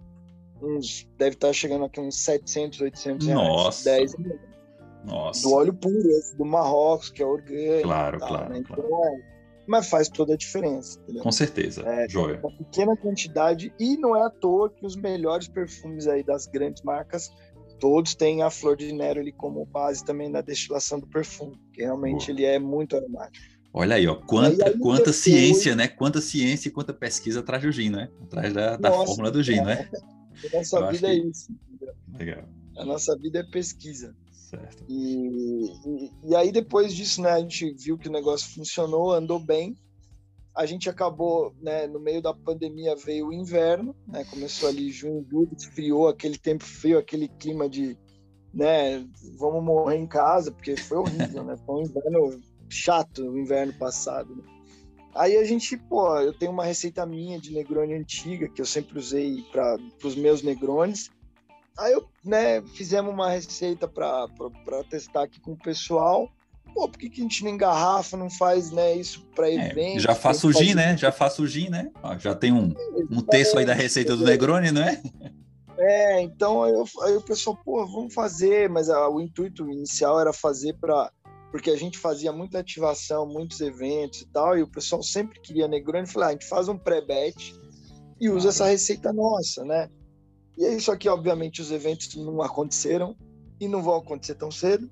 uns deve estar chegando aqui uns setecentos, oitocentos reais. Nossa! dez mililitros. Nossa! Do óleo puro, esse do Marrocos, que é orgânico. Claro, tal, claro, né? claro. Então, é, mas faz toda a diferença, entendeu? Com certeza, é, joia. Uma pequena quantidade, e não é à toa que os melhores perfumes aí das grandes marcas, todos têm a flor de Nero ali como base também na destilação do perfume, que realmente Boa. Ele é muito aromático. Olha aí, ó, quanta, aí, quanta depois... ciência, né? Quanta ciência e quanta pesquisa atrás do gin, né? Atrás da, da Nossa, fórmula do gin, né? A nossa Eu vida é que... isso. Entendeu? Legal. A nossa vida é pesquisa. Certo. E, e, e aí depois disso, né, a gente viu que o negócio funcionou, andou bem. A gente acabou, né, no meio da pandemia veio o inverno, né, começou ali junho, julho, esfriou, aquele tempo frio, aquele clima de, né, vamos morrer em casa, porque foi horrível, né, foi um inverno chato, o inverno passado, né? Aí a gente, pô, eu tenho uma receita minha de Negroni antiga, que eu sempre usei para os meus Negronis. Aí eu, né, fizemos uma receita para testar aqui com o pessoal. Pô, por que, que a gente não engarrafa, não faz, né, isso para eventos? É, já faço o gin, né? Já faço o gin, né? Ó, já tem um, um texto aí da receita do Negroni, não é? É, então aí, eu, aí o pessoal, pô, vamos fazer, mas a, o intuito inicial era fazer para... Porque a gente fazia muita ativação, muitos eventos e tal, e o pessoal sempre queria Negroni. Eu falei, ah, a gente faz um pré-batch e usa claro. Essa receita nossa, né? E aí, só que, obviamente, os eventos não aconteceram e não vão acontecer tão cedo.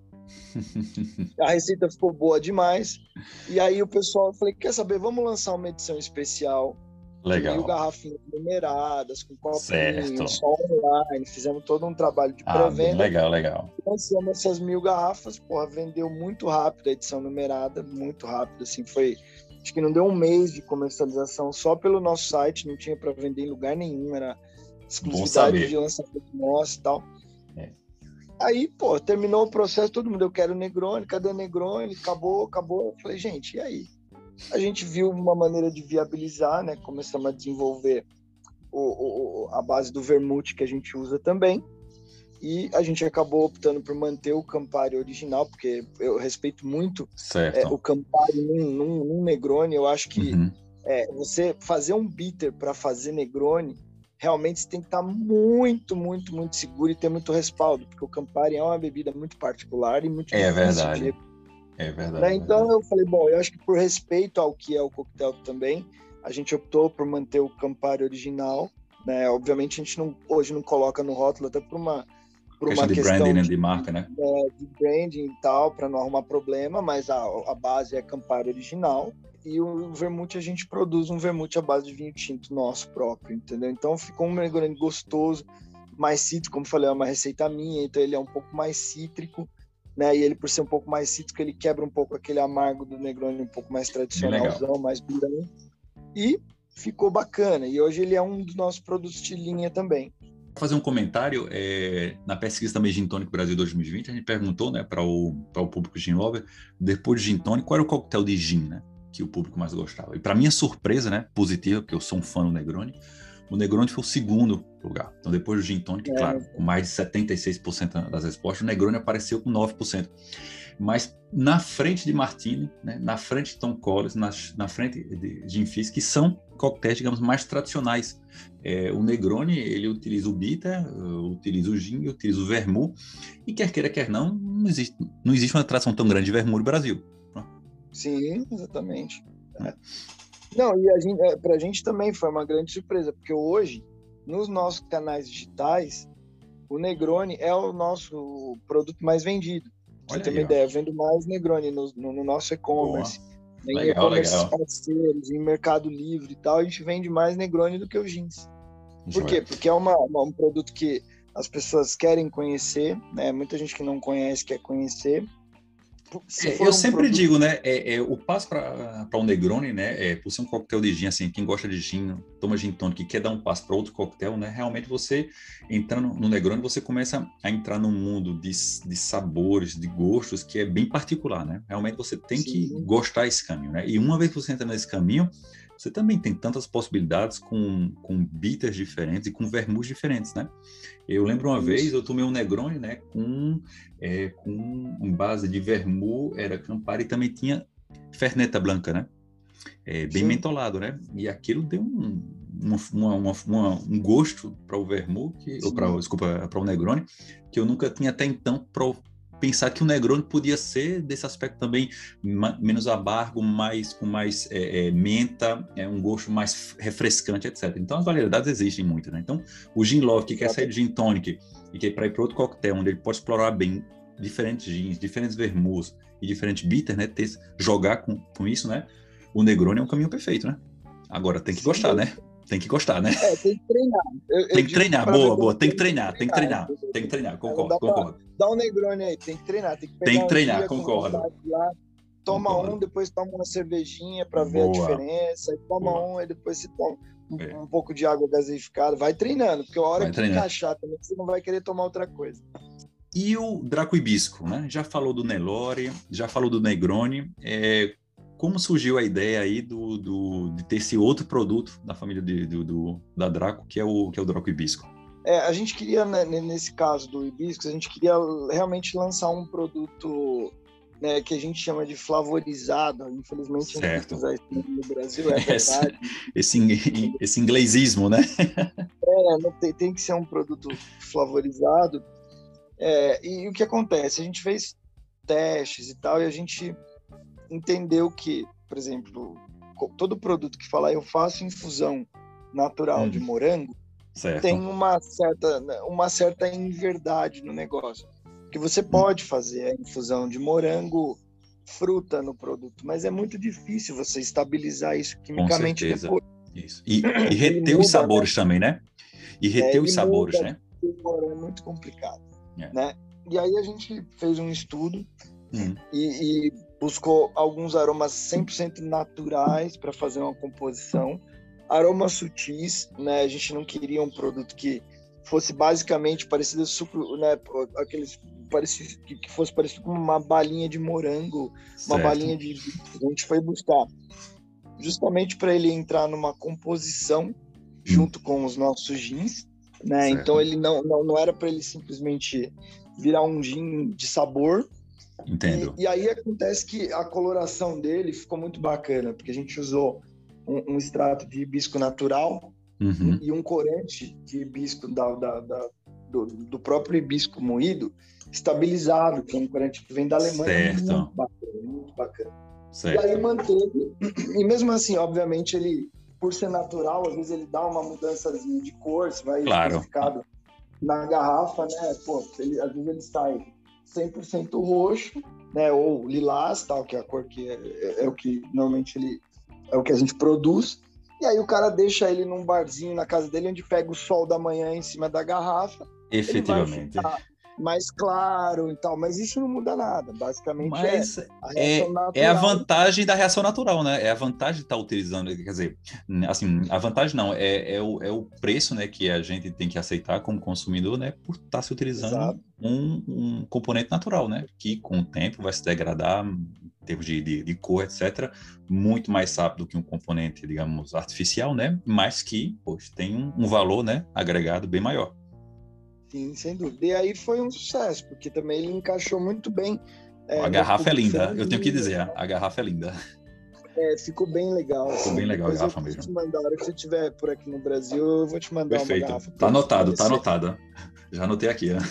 A receita ficou boa demais. E aí o pessoal, eu falei, quer saber, vamos lançar uma edição especial. Legal. Mil garrafinhas numeradas, com copinho, só online. Fizemos todo um trabalho de ah, pré-venda. Legal, legal. Lançamos essas mil garrafas, porra, vendeu muito rápido a edição numerada, muito rápido, assim, foi... Acho que não deu um mês de comercialização só pelo nosso site, não tinha para vender em lugar nenhum, era exclusividade de lançamento nosso e tal. É. Aí, pô, terminou o processo, todo mundo, eu quero Negroni, cadê o Negroni? Acabou, acabou. Eu falei, gente, e aí? A gente viu uma maneira de viabilizar, né? Começamos a desenvolver o, o, a base do vermute que a gente usa também. E a gente acabou optando por manter o Campari original, porque eu respeito muito é, o Campari num, num, num Negroni. Eu acho que uhum. é, você fazer um bitter para fazer Negroni, realmente você tem que estar muito, muito, muito seguro e ter muito respaldo, porque o Campari é uma bebida muito particular e muito é difícil verdade. de... É verdade. Né? Então é verdade. Eu falei, bom, eu acho que por respeito ao que é o coquetel também, a gente optou por manter o Campari original, né? Obviamente a gente não, hoje não coloca no rótulo, até por uma por questão uma de questão branding, de, de marca, né? É, de branding e tal, para não arrumar problema, mas a, a base é Campari original. E o vermute, a gente produz um vermute à base de vinho tinto nosso próprio, entendeu? Então ficou um Negroni gostoso, mais cítrico, como eu falei, é uma receita minha, então ele é um pouco mais cítrico, né? E ele, por ser um pouco mais cítrico, ele quebra um pouco aquele amargo do Negroni, um pouco mais tradicionalzão, mais durão. E ficou bacana. E hoje ele é um dos nossos produtos de linha também. Vou fazer um comentário, é, na pesquisa também Gin Tonic Brasil dois mil e vinte, a gente perguntou, né, para o, para o público Gin Lover, depois de Gin Tonic, qual era o coquetel de gin, né, que o público mais gostava. E para minha surpresa, né, positiva, porque eu sou um fã do Negroni, o Negroni foi o segundo lugar. Então depois do Gin Tonic, é. claro, com mais de setenta e seis por cento das respostas, o Negroni apareceu com nove por cento. Mas na frente de Martini, né, na frente de Tom Collins, na, na frente de Gin Fizz, que são coquetéis, digamos, mais tradicionais. É, o Negroni, ele utiliza o bitter, utiliza o gin, utiliza o vermouth, e quer queira, quer não, não existe, não existe uma tradição tão grande de vermouth no Brasil. Sim, exatamente. É. Não, e a gente, é, pra gente também foi uma grande surpresa, porque hoje, nos nossos canais digitais, o Negroni é o nosso produto mais vendido. Pra você ter uma ideia, eu vendo mais Negroni no, no, no nosso e-commerce, em e-commerce parceiros, em Mercado Livre e tal, a gente vende mais Negroni do que o jeans. Por quê? Porque é uma, uma, um produto que as pessoas querem conhecer, né? Muita gente que não conhece quer conhecer. É, eu um sempre produto... digo, né, é, é, o passo para o um Negroni, né, é, por ser um coquetel de gin, assim, quem gosta de gin, toma gin tônico e quer dar um passo para outro coquetel, né, realmente você, entrando no Negroni, você começa a entrar num mundo de, de sabores, de gostos, que é bem particular, né, realmente você tem Sim. que gostar desse caminho, né, e uma vez que você entra nesse caminho, você também tem tantas possibilidades com, com bitters diferentes e com vermouths diferentes, né? Eu lembro uma Isso. vez, eu tomei um Negroni, né, com, é, com um base de vermouth, era Campari, e também tinha Ferneta Blanca, né? É, bem Sim. mentolado, né? E aquilo deu um, uma, uma, uma, um gosto para o vermouth, que, ou pra, desculpa, para o Negroni, que eu nunca tinha até então pro, pensar que o Negroni podia ser desse aspecto também ma- menos amargo, mais, com mais é, é, menta, é, um gosto mais refrescante, etcétera. Então as variedades existem muito, né? Então o Gin Love, que quer sair do Gin Tonic e quer ir para ir para outro coquetel, onde ele pode explorar bem diferentes gins, diferentes vermouths e diferentes bitters, né? Ter, jogar com, com isso, né? O Negroni é um caminho perfeito, né? Agora tem que Sim, gostar, né? Tem que gostar, né? É, tem que treinar. Eu, eu Tem que digo que treinar, para boa, beber boa. Tem que tem treinar, tem que treinar, tem que treinar, É, não concordo, dá pra concordo. dar um Negroni aí, tem que treinar, tem que Tem que pegar um treinar, dia com concordo. vontade lá, toma Concordo. um, depois toma uma cervejinha para ver a Boa. diferença, aí toma Boa. um, e depois você toma um, É. um pouco de água gaseificada, vai treinando, porque a hora Vai que treinar. encaixar também, você não vai querer tomar outra coisa. E o Draco Hibisco, né? Já falou do Nelore, já falou do Negroni. É, como surgiu a ideia aí do, do, de ter esse outro produto da família de, do, do, da Draco, que é o, que é o Draco Hibisco? É, a gente queria, né, nesse caso do hibisco, a gente queria realmente lançar um produto, né, que a gente chama de flavorizado. Infelizmente, Certo. a gente não usa isso no Brasil, é verdade. Esse, esse, esse inglesismo, né? É, tem, tem que ser um produto flavorizado. É, e o que acontece? A gente fez testes e tal, e a gente entendeu que, por exemplo, todo produto que falar eu faço infusão natural hum. de morango, certo. Tem uma certa, uma certa inverdade no negócio. Que você pode fazer a infusão de morango, fruta no produto, mas é muito difícil você estabilizar isso quimicamente depois. Isso. E, e reter os sabores, né? Também, né? E reter é, os sabores, muda, né? É muito complicado. É. Né? E aí a gente fez um estudo hum. e, e buscou alguns aromas cem por cento naturais para fazer uma composição. Aromas sutis, né? A gente não queria um produto que fosse basicamente parecido com suco, né? Aqueles parecido, que fosse parecido com uma balinha de morango, certo. Uma balinha de... A gente foi buscar justamente para ele entrar numa composição hum. junto com os nossos gins, né? Certo. Então ele não, não, não era para ele simplesmente virar um gin de sabor. Entendo. E, e aí acontece que a coloração dele ficou muito bacana, porque a gente usou um, um extrato de hibisco natural uhum. e um corante de hibisco da, da, da, do, do próprio hibisco moído, estabilizado, que é um corante que vem da Alemanha. Certo. Muito bacana, muito bacana. Certo. E aí manteve, e mesmo assim, obviamente, ele, por ser natural, às vezes ele dá uma mudançazinha de cor, se vai claro. especificado na garrafa, né? Pô, ele, às vezes ele sai cem por cento roxo, né? Ou lilás, tal, que é a cor que é, é, é o que normalmente ele é o que a gente produz. E aí o cara deixa ele num barzinho na casa dele, onde pega o sol da manhã em cima da garrafa. Efetivamente. Ele vai ficar mais claro e tal, mas isso não muda nada. Basicamente mas é a reação é, natural. É a vantagem da reação natural, né? É a vantagem de estar utilizando, quer dizer, assim, a vantagem não, é, é, o, é o preço, né, que a gente tem que aceitar como consumidor, né, por estar se utilizando um, um componente natural, né, que com o tempo vai se degradar em termos de, de, de cor, etcétera, muito mais rápido que um componente, digamos, artificial, né, mas que, poxa, tem um, um valor, né, agregado bem maior. Sim, sem dúvida. E aí foi um sucesso, porque também ele encaixou muito bem. É, a garrafa é linda, feminino. Eu tenho que dizer, a garrafa é linda. É, ficou bem legal. Ficou assim. bem legal Depois a garrafa eu mesmo. Te mandar, a hora que você estiver por aqui no Brasil, eu vou te mandar Perfeito. uma garrafa. Tá anotado, tá anotada. Já anotei aqui. Né?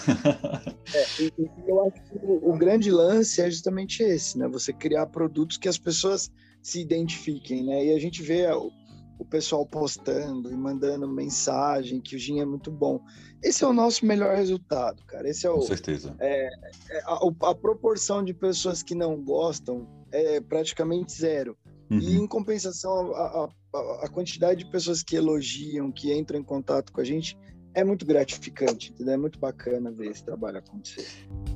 É, e, e eu acho que o, o grande lance é justamente esse, né? Você criar produtos que as pessoas se identifiquem, né? E a gente vê o, o pessoal postando e mandando mensagem que o gin é muito bom. Esse é o nosso melhor resultado, cara. Esse é o, Com certeza. É, é, a, a proporção de pessoas que não gostam é praticamente zero. Uhum. E, em compensação, a, a, a quantidade de pessoas que elogiam, que entram em contato com a gente, é muito gratificante, entendeu? É muito bacana ver esse trabalho acontecer.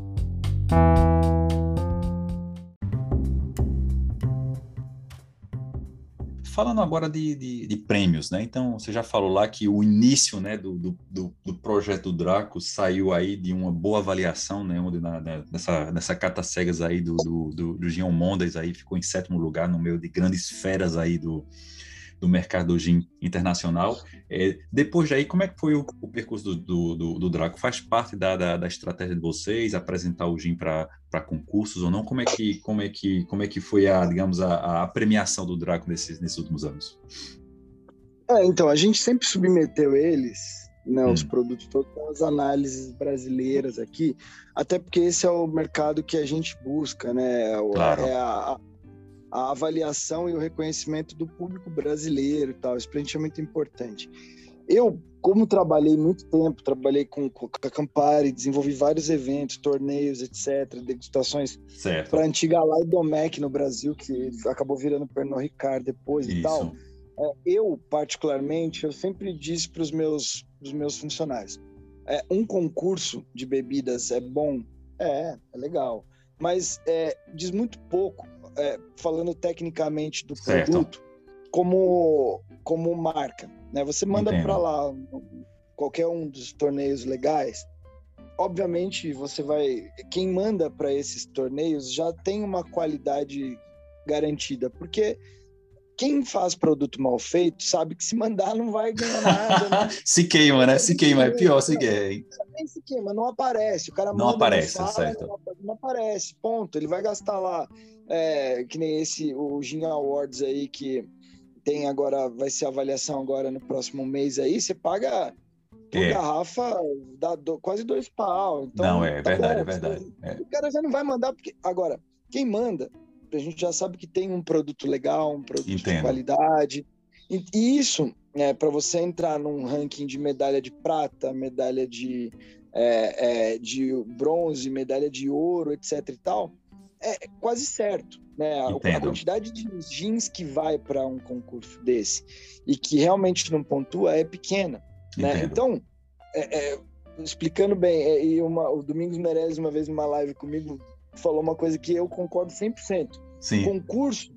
Falando agora de, de, de prêmios, né? Então, você já falou lá que o início, né, do, do, do projeto Draco saiu aí de uma boa avaliação, né? Onde na, nessa, nessa cata cegas aí do, do, do, do Gin Mondays aí ficou em sétimo lugar no meio de grandes feras aí do, do mercado do gin internacional. É, depois daí, como é que foi o, o percurso do, do, do, do Draco? Faz parte da, da, da estratégia de vocês apresentar o gin para concursos ou não? Como é que, como é que, como é que foi a, digamos, a, a premiação do Draco nesses, nesses últimos anos? É, então, a gente sempre submeteu eles, né, hum. os produtos, todas as análises brasileiras aqui, até porque esse é o mercado que a gente busca, né? Claro. É a, a avaliação e o reconhecimento do público brasileiro e tal. Isso pra gente é muito importante. Eu, como trabalhei muito tempo, trabalhei com, com a Campari, desenvolvi vários eventos, torneios, etcétera, degustações para a antiga Lai Domecq no Brasil, que acabou virando Pernod Ricard depois Isso. e tal. É, eu, particularmente, eu sempre disse para os meus, pros meus funcionários, é, um concurso de bebidas é bom? É, é legal. Mas é, diz muito pouco, é, falando tecnicamente do certo. produto, como, como marca. Né? Você manda para lá qualquer um dos torneios legais, obviamente você vai... Quem manda para esses torneios já tem uma qualidade garantida, porque quem faz produto mal feito sabe que se mandar não vai ganhar nada. Né? Se queima, né? Se queima, é pior se queima. Nem se queima, não aparece. O cara não manda, aparece, não fala, certo. não, não aparece, ponto. Ele vai gastar lá, é, que nem esse, o Gin Awards aí, que tem agora, vai ser avaliação agora no próximo mês aí, você paga por é. garrafa, dá do, quase dois pau. Então, não, é tá verdade, bom, é verdade. É. O cara já não vai mandar, porque... Agora, quem manda, a gente já sabe que tem um produto legal, um produto Entendo. de qualidade. E isso, né, para você entrar num ranking de medalha de prata, medalha de, é, é, de bronze, medalha de ouro, etc e tal, é quase certo. Né? A quantidade de jeans que vai para um concurso desse e que realmente não pontua é pequena. Né? Então, é, é, explicando bem, é, e uma, o Domingos Meirelles, uma vez numa live comigo, falou uma coisa que eu concordo cem por cento. Sim. Concurso,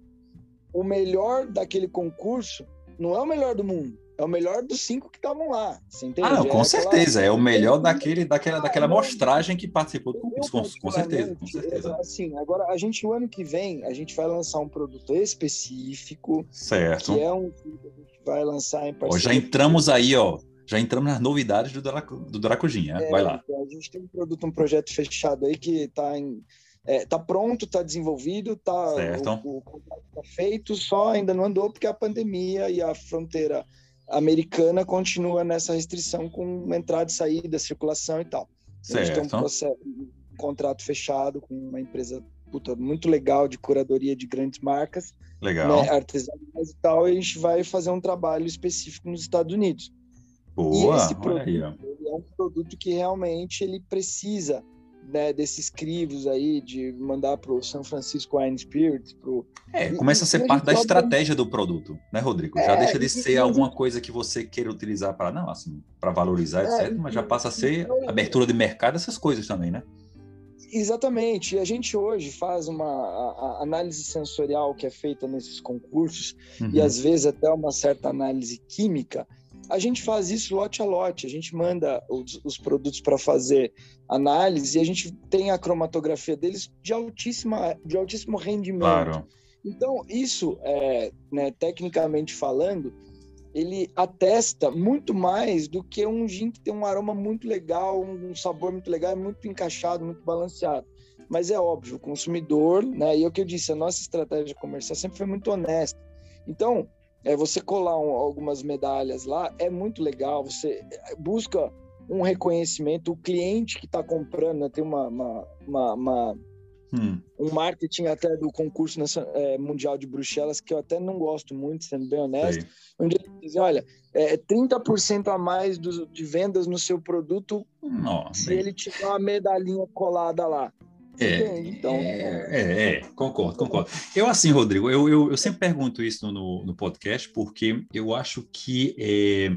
o melhor daquele concurso não é o melhor do mundo, é o melhor dos cinco que estavam lá. Você entende? Ah, não, com é certeza. Aquela... É o melhor daquele, daquela, ah, daquela mostragem que participou do concurso. Com, com certeza, com certeza. Assim, agora, a gente, o ano que vem, a gente vai lançar um produto específico. Certo. Que é um que a gente vai lançar em parceria. Ó, já entramos aí, ó. Já entramos nas novidades do Draco, do Dracogin, né? É, vai lá. Então a gente tem um produto, um projeto fechado aí que está em... É, tá pronto, tá desenvolvido, tá, o, o contrato tá feito, só ainda não andou porque a pandemia e a fronteira americana continua nessa restrição com entrada e saída, circulação e tal. Certo. A gente tem um, processo, um contrato fechado com uma empresa puta, muito legal de curadoria de grandes marcas, legal. Né, artesanais e tal, e a gente vai fazer um trabalho específico nos Estados Unidos. Boa, e esse produto aí, ele é um produto que realmente ele precisa, né, desses crivos aí, de mandar para o San Francisco Wine Spirits. Pro... É, começa e, a ser parte da estratégia do produto, né, Rodrigo? É, já deixa de ser e, alguma gente... coisa que você queira utilizar para, não, assim, para valorizar, é, etcétera, mas já passa a ser e, abertura de mercado, essas coisas também, né? Exatamente. E a gente hoje faz uma a, a análise sensorial que é feita nesses concursos, uhum. e às vezes até uma certa análise química. A gente faz isso lote a lote, a gente manda os, os produtos para fazer análise e a gente tem a cromatografia deles de, altíssima, de altíssimo rendimento. Claro. Então, isso, é, né, tecnicamente falando, ele atesta muito mais do que um gin que tem um aroma muito legal, um sabor muito legal, muito encaixado, muito balanceado. Mas é óbvio, o consumidor, né, e é o que eu disse, a nossa estratégia comercial sempre foi muito honesta. Então, É, você colar um, algumas medalhas lá é muito legal, você busca um reconhecimento, o cliente que está comprando, né, tem uma, uma, uma, uma hum. um marketing até do concurso nessa, é, mundial de Bruxelas, que eu até não gosto muito, sendo bem honesto, Sei. onde eles dizem, olha, é trinta por cento a mais do, de vendas no seu produto Nossa, se bem. ele tiver uma medalhinha colada lá. É, então, é, é, é, concordo, concordo. Eu, assim, Rodrigo, eu, eu, eu sempre pergunto isso no, no podcast, porque eu acho que é,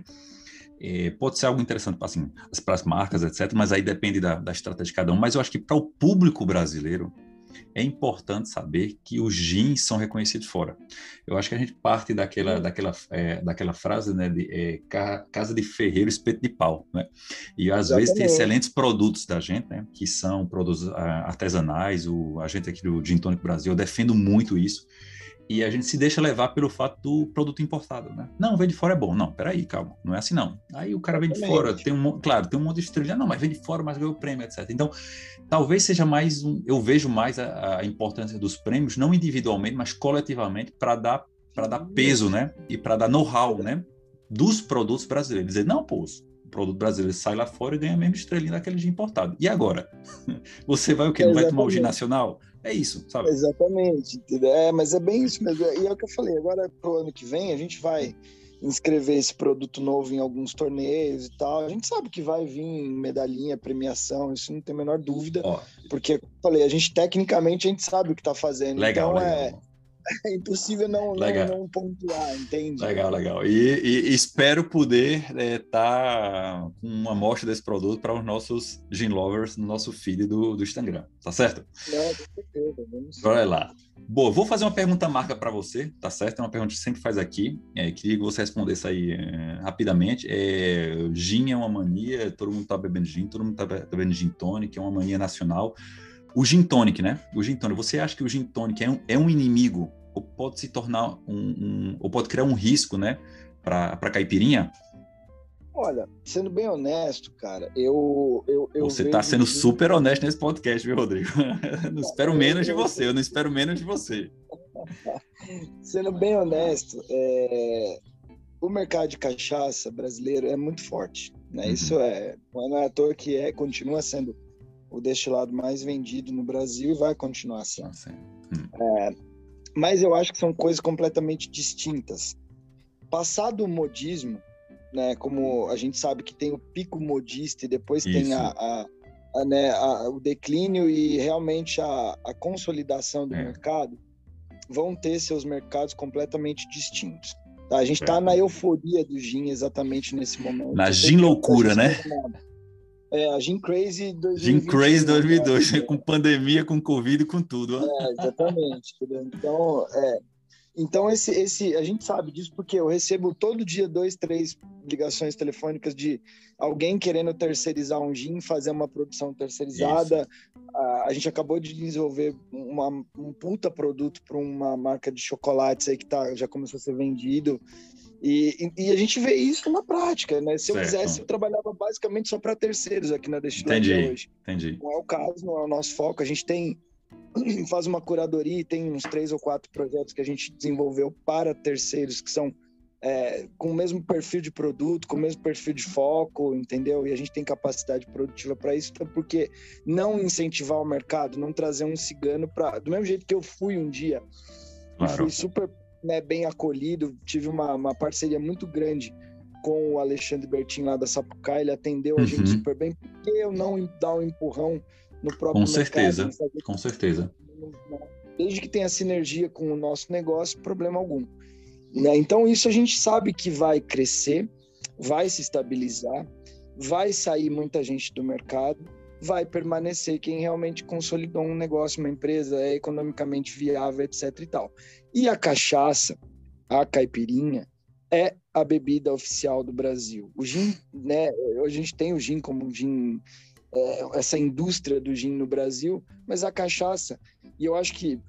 é, pode ser algo interessante para assim, as marcas, etcétera, mas aí depende da, da estratégia de cada um. Mas eu acho que para o público brasileiro, é importante saber que os jeans são reconhecidos fora. Eu acho que a gente parte daquela, daquela, é, daquela frase, né, de é, casa de ferreiro, espeto de pau, né? E às Exatamente. vezes tem excelentes produtos da gente, né, que são produtos artesanais. O, a gente aqui do Gin Tonic Brasil, eu defendo muito isso. E a gente se deixa levar pelo fato do produto importado, né? Não, vem de fora é bom. Não, peraí, calma, não é assim não. Aí o cara vem de fora, tem um, claro, tem um monte de estrela, não, mas vem de fora, mas ganhou o prêmio, etcétera. Então, talvez seja mais um, eu vejo mais a, a importância dos prêmios, não individualmente, mas coletivamente, para dar, para dar peso, né? E para dar know-how, né? Dos produtos brasileiros. Dizer, não, pô, produto brasileiro sai lá fora e ganha a mesma estrelinha daquele gin importado. E agora? Você vai o quê? Não vai tomar o gin nacional? É isso, sabe? Exatamente. É, mas é bem isso mesmo. E é o que eu falei, agora pro ano que vem a gente vai inscrever esse produto novo em alguns torneios e tal. A gente sabe que vai vir medalhinha, premiação, isso não tem a menor dúvida. Ó, porque, como eu falei, a gente tecnicamente a gente sabe o que está fazendo. Legal, então legal. é... É impossível não, não, não pontuar, entende? Legal, legal. E, e espero poder estar é, tá com uma amostra desse produto para os nossos gin lovers no nosso feed do, do Instagram, tá certo? Não, com certeza. Vamos... Olha lá. Bom, vou fazer uma pergunta marca para você, tá certo? É uma pergunta que sempre faz aqui. É, queria que você respondesse aí é, rapidamente. É, gin é uma mania, todo mundo está bebendo gin, todo mundo está bebendo gin tonic, é uma mania nacional. O gin tonic, né? O gin tonic, você acha que o gin tonic é um, é um inimigo ou pode se tornar um, um ou pode criar um risco, né, para para caipirinha? Olha, sendo bem honesto, cara, eu eu, eu Você está sendo gin... super honesto nesse podcast, viu, Rodrigo? Não espero eu, menos eu, de você, eu não espero menos de você. Sendo bem honesto, é... o mercado de cachaça brasileiro é muito forte, né? Uhum. Isso é, não é à toa que é, continua sendo o destilado mais vendido no Brasil e vai continuar sendo. Hum. É, mas eu acho que são coisas completamente distintas. Passado o modismo, né, como a gente sabe que tem o pico modista e depois Isso. tem a, a, a, né, a, o declínio e realmente a, a consolidação do é. mercado, vão ter seus mercados completamente distintos. Tá? A gente está é. na euforia do gin exatamente nesse momento. Na gin loucura, né? É, a Gin Crazy dois mil e vinte e um. Gin Crazy dois mil e dois, né? Com pandemia, com Covid e com tudo. É, exatamente. Então, é, então esse, esse, a gente sabe disso porque eu recebo todo dia dois, três ligações telefônicas de alguém querendo terceirizar um gin, fazer uma produção terceirizada. A, a gente acabou de desenvolver uma, um puta produto para uma marca de chocolates aí que tá, já começou a ser vendido. E, e, e a gente vê isso na prática, né? Se eu certo. quisesse, eu trabalhava basicamente só para terceiros aqui na destilaria hoje. Entendi. Não é o caso, não é o nosso foco. A gente tem, faz uma curadoria e tem uns três ou quatro projetos que a gente desenvolveu para terceiros que são é, com o mesmo perfil de produto, com o mesmo perfil de foco, entendeu? E a gente tem capacidade produtiva para isso, então por que não incentivar o mercado, não trazer um cigano para... Do mesmo jeito que eu fui um dia, claro. fui super... Né, bem acolhido, tive uma, uma parceria muito grande com o Alexandre Bertin lá da Sapucaí, ele atendeu a uhum. gente super bem, por que eu não dar um empurrão no próprio com mercado? Certeza, com certeza. Desde que tenha sinergia com o nosso negócio, problema algum. Né? Então isso a gente sabe que vai crescer, vai se estabilizar, vai sair muita gente do mercado, vai permanecer quem realmente consolidou um negócio, uma empresa, é economicamente viável, etc e tal. E a cachaça, a caipirinha, é a bebida oficial do Brasil. O gin, né, a gente tem o gin como gin, é, essa indústria do gin no Brasil, mas a cachaça, e eu acho que,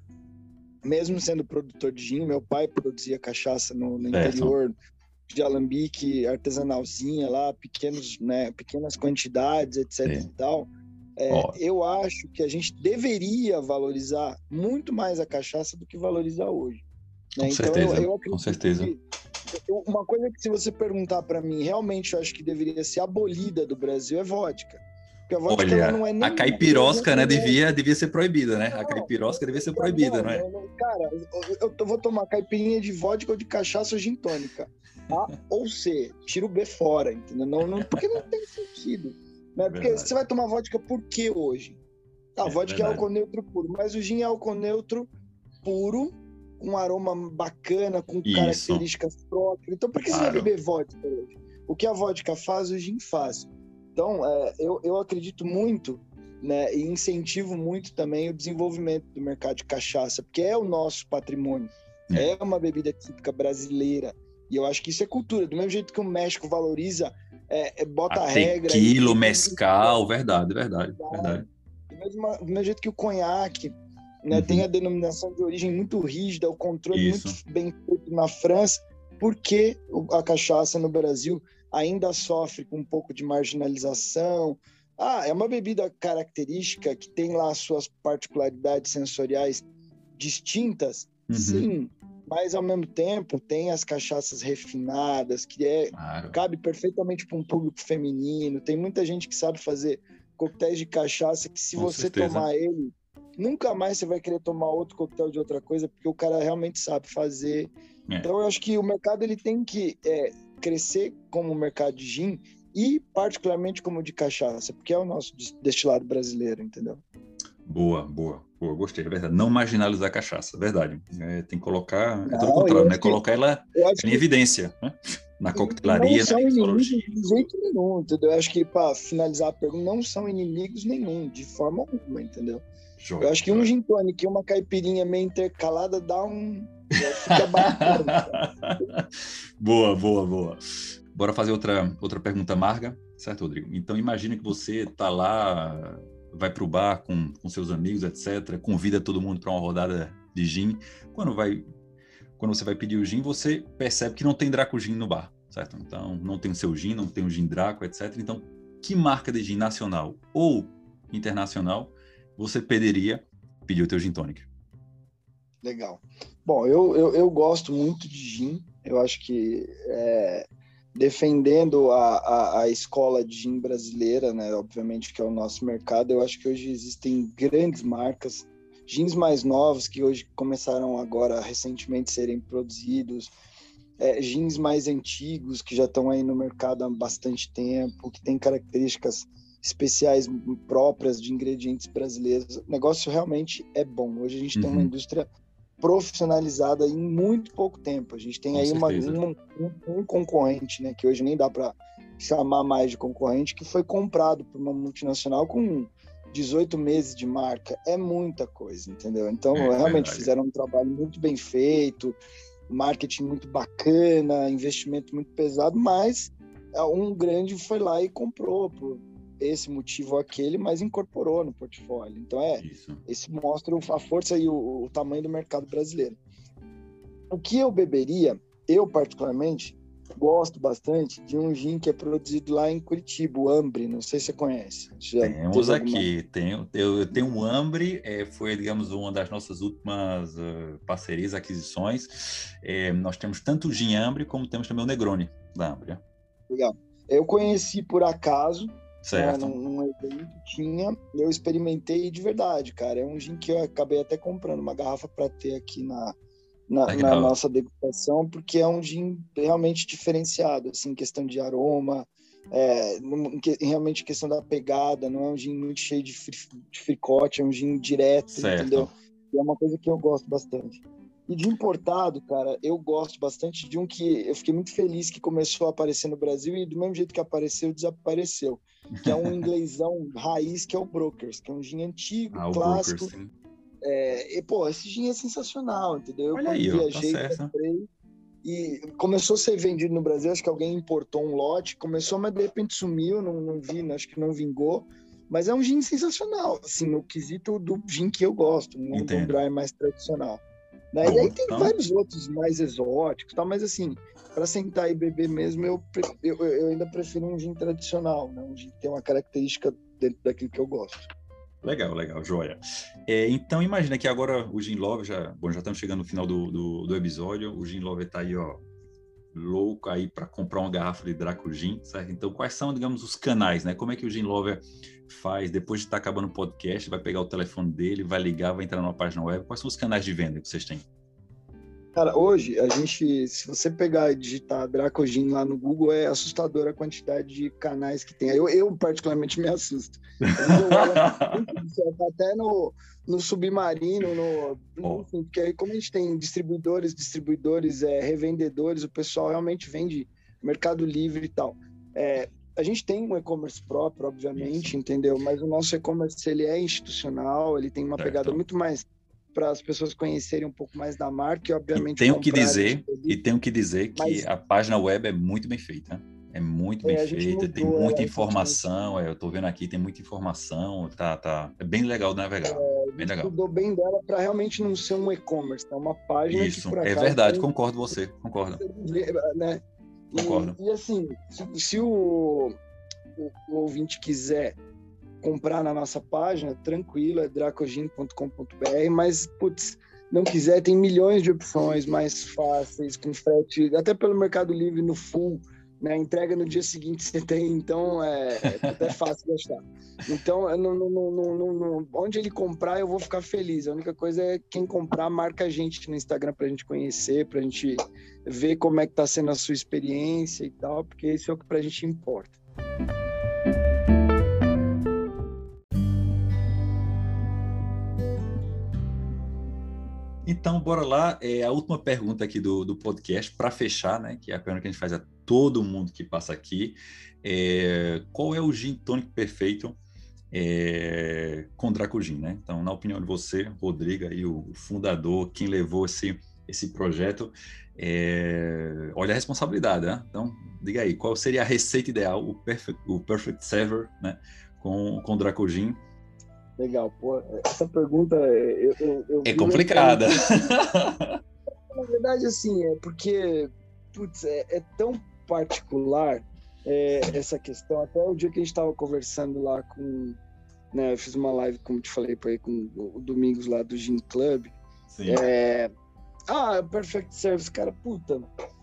mesmo sendo produtor de gin, meu pai produzia cachaça no, no interior, de alambique, artesanalzinha lá, pequenos, né, pequenas quantidades, etc é. e tal. É, oh. Eu acho que a gente deveria valorizar muito mais a cachaça do que valoriza hoje. Né? Com então, certeza, eu, eu acredito com certeza. Que, uma coisa que se você perguntar para mim, realmente eu acho que deveria ser abolida do Brasil é vodka. Porque a vodka Olha, não é nem... a caipirosca, né, devia, devia ser proibida, né? Não, a caipirosca devia ser proibida, não, não é? Não, cara, eu, eu vou tomar caipirinha de vodka ou de cachaça ou gin tônica. A ou C, tira o B fora, entendeu? Não, não, porque não tem sentido. Né? Porque verdade. Você vai tomar vodka por que hoje? A é, vodka verdade. é álcool neutro puro, mas o gin é álcool neutro puro, com um aroma bacana, com Isso. características próprias. Então por que claro. Você vai beber vodka hoje? O que a vodka faz, o gin faz. Então é, eu, eu acredito muito, né, e incentivo muito também o desenvolvimento do mercado de cachaça, porque é o nosso patrimônio. É, é uma bebida típica brasileira. E eu acho que isso é cultura. Do mesmo jeito que o México valoriza, é, é, bota a, a regra... Tequila, e, mescal, e, verdade, verdade, verdade. Do mesmo, do mesmo jeito que o conhaque, né, uhum. tem a denominação de origem muito rígida, o controle isso. muito bem feito na França. Por que a cachaça no Brasil ainda sofre com um pouco de marginalização? Ah, é uma bebida característica que tem lá suas particularidades sensoriais distintas? Uhum. Sim. mas ao mesmo tempo tem as cachaças refinadas, que é, claro. cabe perfeitamente para um público feminino. Tem muita gente que sabe fazer coquetéis de cachaça que se Com você certeza. tomar ele, nunca mais você vai querer tomar outro coquetel de outra coisa, porque o cara realmente sabe fazer. É. Então eu acho que o mercado ele tem que é, crescer como o mercado de gin e particularmente como de cachaça, porque é o nosso destilado brasileiro, entendeu? Boa, boa, boa, gostei, é verdade. Não marginalizar a cachaça, é verdade. É, tem que colocar, Não, é todo o contrário, né? Que, colocar ela em que, evidência, né? Na coquetelaria, não são na inimigos de jeito nenhum, entendeu? Eu acho que, para finalizar a pergunta, não são inimigos nenhum, de forma alguma, entendeu? Joia, eu acho que joia. Um gin tônica e uma caipirinha meio intercalada dá um... fica bacana. Boa, boa, boa. Bora fazer outra, outra pergunta amarga, certo, Rodrigo? Então, imagina que você tá lá, vai pro bar com, com seus amigos, etcétera, convida todo mundo para uma rodada de gin. Quando, vai, quando você vai pedir o gin, você percebe que não tem Draco Gin no bar, certo? Então, não tem o seu gin, não tem o gin Draco, etcétera. Então, que marca de gin nacional ou internacional você pediria pedir o teu gin tônica? Legal. Bom, eu, eu, eu gosto muito de gin. Eu acho que é, defendendo a, a, a escola de gin brasileira, né, obviamente que é o nosso mercado, eu acho que hoje existem grandes marcas, gins mais novos que hoje começaram agora recentemente a serem produzidos, é, gins mais antigos que já estão aí no mercado há bastante tempo, que têm características especiais próprias de ingredientes brasileiros. O negócio realmente é bom. Hoje a gente uhum. tem uma indústria profissionalizada em muito pouco tempo. A gente tem Com aí uma, uma, um, um concorrente, né, que hoje nem dá para chamar mais de concorrente, que foi comprado por uma multinacional com dezoito meses de marca. É muita coisa, entendeu? Então, é, realmente verdade. Fizeram um trabalho muito bem feito, marketing muito bacana, investimento muito pesado, mas um grande foi lá e comprou por esse motivo ou aquele, mas incorporou no portfólio. Então, é, Isso. esse mostra a força e o, o tamanho do mercado brasileiro. O que eu beberia, eu particularmente, gosto bastante de um gin que é produzido lá em Curitiba, o Ambre, não sei se você conhece. Já Temos aqui, tenho, eu, eu tenho o Ambre, é, foi, digamos, uma das nossas últimas uh, parcerias, aquisições. É, nós temos tanto o gin Ambre, como temos também o Negroni da Ambre. Né? Legal. Eu conheci por acaso, certo. Né, num, num evento tinha, eu experimentei de verdade, cara. É um gin que eu acabei até comprando uma garrafa para ter aqui na, na, na nossa degustação, porque é um gin realmente diferenciado, assim, em questão de aroma, é, realmente questão da pegada, não é um gin muito cheio de, fri, de fricote, é um gin direto, certo. Entendeu? E é uma coisa que eu gosto bastante. E de importado, cara, eu gosto bastante de um que eu fiquei muito feliz que começou a aparecer no Brasil e do mesmo jeito que apareceu, desapareceu, que é um inglesão raiz, que é o Brokers, que é um gin antigo, ah, clássico. Brokers, é, e, pô, esse gin é sensacional, entendeu? Eu Olha aí, viajei, ó, tá comprei, e começou a ser vendido no Brasil, acho que alguém importou um lote, começou, mas de repente sumiu, não, não vi, acho que não vingou. Mas é um gin sensacional, assim, no quesito do gin que eu gosto, não do dry mais tradicional. Né? Bom, e aí tem então... vários outros mais exóticos, tá? Mas assim, para sentar e beber mesmo, eu, eu, eu ainda prefiro um gin tradicional, né? Um gin que tem uma característica dentro daquilo que eu gosto. Legal, legal, joia. É, então imagina que agora o Gin Love, já, bom, já estamos chegando no final do, do, do episódio, o Gin Love está aí, ó, louco aí para comprar uma garrafa de Draco Gin, certo? Então quais são, digamos, os canais, né? Como é que o Gin Lover faz, depois de estar acabando o podcast, vai pegar o telefone dele, vai ligar, vai entrar numa página web, quais são os canais de venda que vocês têm? Cara, hoje, a gente, se você pegar e digitar Draco Gin lá no Google, é assustadora a quantidade de canais que tem. Eu, eu particularmente, me assusto. Às vezes eu olho até no, no Submarino, no, oh. enfim, porque aí, como a gente tem distribuidores, distribuidores, é, revendedores, o pessoal realmente vende Mercado Livre e tal. É, a gente tem um e-commerce próprio, obviamente, Isso. entendeu? Mas o nosso e-commerce, ele é institucional, ele tem uma certo. pegada muito mais para as pessoas conhecerem um pouco mais da marca e, obviamente, e tenho que dizer E tenho que dizer que mas... a página web é muito bem feita. É muito bem é, feita, mudou, tem muita é, informação. Gente... É, eu estou vendo aqui, tem muita informação. Tá, tá, é bem legal de navegar. É, bem legal. Estudou bem dela para realmente não ser um e-commerce, é uma página Isso, que, por acaso... é verdade, tem... concordo com você, concordo. Né? E, concordo. E, assim, se, se o, o, o ouvinte quiser comprar na nossa página, tranquilo, é dracogin ponto com ponto b r, mas, putz, não quiser, tem milhões de opções mais fáceis, com frete, até pelo Mercado Livre no full, né? Entrega no dia seguinte você tem, então é, é fácil de achar. Então, eu não, não, não, não, não, onde ele comprar, eu vou ficar feliz. A única coisa é quem comprar, marca a gente no Instagram pra gente conhecer, pra gente ver como é que tá sendo a sua experiência e tal, porque isso é o que pra gente importa. Então, bora lá. É a última pergunta aqui do, do podcast, para fechar, né? Que é a pergunta que a gente faz a todo mundo que passa aqui. É, qual é o gin tônico perfeito é, com Draco Gin, né? Então, na opinião de você, Rodrigo, aí, o, o fundador, quem levou esse, esse projeto, é, olha a responsabilidade, né? Então, diga aí, qual seria a receita ideal, o Perfect, o perfect Server, né? Com, com Draco Gin? Legal, pô, essa pergunta eu, eu, eu é complicada. Na verdade, assim, é porque putz, é, é tão particular é, essa questão. Até o dia que a gente estava conversando lá com, né, eu fiz uma live, como te falei, por aí, com o Domingos lá do Gin Club. Sim. É, ah, Perfect Service, cara, puta,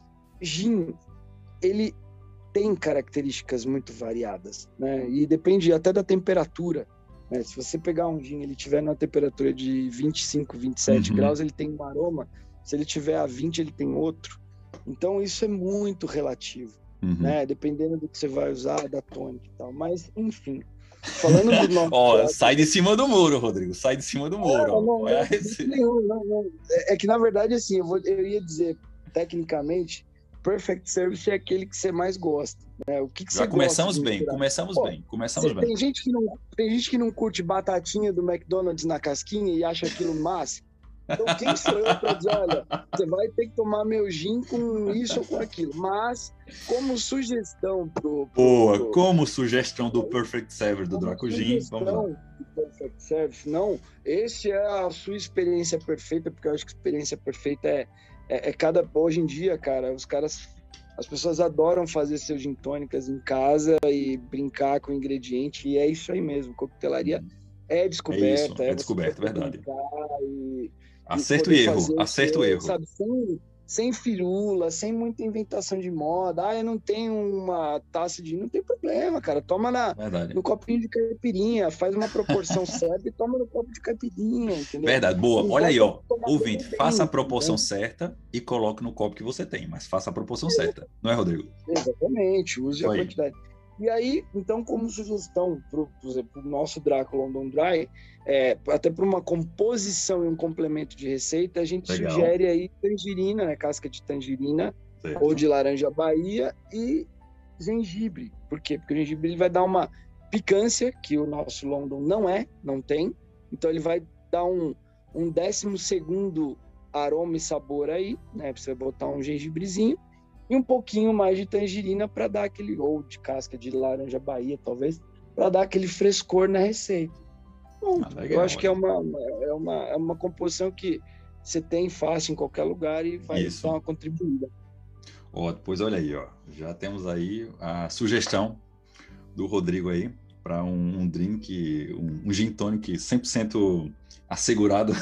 gin, ele tem características muito variadas, né? E depende até da temperatura. Né? Se você pegar um gin, ele tiver na temperatura de vinte e cinco, vinte e sete uhum. graus, ele tem um aroma. Se ele tiver a vinte, ele tem outro. Então, isso é muito relativo, uhum. né? Dependendo do que você vai usar, da tônica e tal. Mas, enfim, falando do nosso... Ó, oh, sai de cima do muro, Rodrigo. Sai de cima do muro. Não, não, é, não, não, não. É, é que, na verdade, assim, eu, vou, eu ia dizer, tecnicamente, Perfect Service é aquele que você mais gosta, né? O que, que Já você começamos gosta bem, começamos Pô, bem, começamos bem. Tem gente, que não, tem gente que não curte batatinha do McDonald's na casquinha e acha aquilo máximo. Então, quem sou eu para dizer, olha, você vai ter que tomar meu gin com isso ou com aquilo. Mas, como sugestão pro... pro Boa, pro, como sugestão do Perfect Server do Draco Gin, vamos lá. Do Perfect Service, não, esse é a sua experiência perfeita, porque eu acho que a experiência perfeita é, é, é cada... Hoje em dia, cara, os caras... As pessoas adoram fazer seus gin tônicas em casa e brincar com o ingrediente, e é isso aí mesmo, coquetelaria é descoberta. É isso, é, é descoberta, verdade. E, acerto e erro, acerto e erro. Sabe, sem, sem firula, sem muita inventação de moda. Ah, eu não tenho uma taça de... Não tem problema, cara. Toma na, no copinho de caipirinha, faz uma proporção certa e toma no copo de caipirinha, entendeu? Verdade, boa. Olha aí, ó. Ouvinte, faça a proporção certa e coloque no copo que você tem, mas faça a proporção é. certa. Não é, Rodrigo? Exatamente, use Foi. a quantidade. E aí, então, como sugestão para o nosso Draco London Dry, é, até para uma composição e um complemento de receita, a gente Legal. sugere aí tangerina, né, casca de tangerina, certo. ou de laranja Bahia e gengibre. Por quê? Porque o gengibre ele vai dar uma picância, que o nosso London não é, não tem. Então, ele vai dar um, um décimo segundo aroma e sabor aí, né? Você vai botar um gengibrezinho. E um pouquinho mais de tangerina para dar aquele, ou de casca de laranja Bahia, talvez, para dar aquele frescor na receita. Bom, ah, legal, eu acho que é uma, é, uma, é uma composição que você tem fácil em qualquer lugar e vai Isso. dar uma contribuída. Ó, pois olha aí, ó, já temos aí a sugestão do Rodrigo aí para um, um drink, um, um gin tonic cem por cento assegurado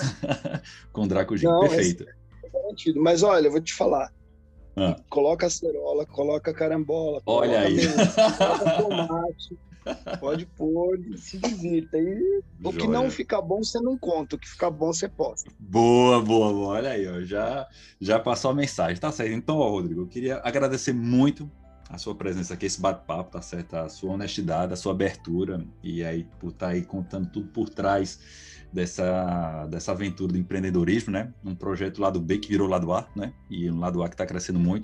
com Draco Gin. Não, perfeito. É garantido. Mas olha, eu vou te falar. Ah. Coloca acerola, coloca carambola, olha coloca aí. Mel, coloca tomate, pode pôr, se divirta. E o que não fica bom, você não conta. O que fica bom, você posta. Boa, boa, boa. Olha aí, ó. Já, já passou a mensagem. Tá certo. Então, ó, Rodrigo, eu queria agradecer muito a sua presença aqui, esse bate-papo, tá certo? A sua honestidade, a sua abertura e aí por estar aí contando tudo por trás dessa, dessa aventura do empreendedorismo, né? Um projeto lado B que virou lado A, né? E um lado A que está crescendo muito.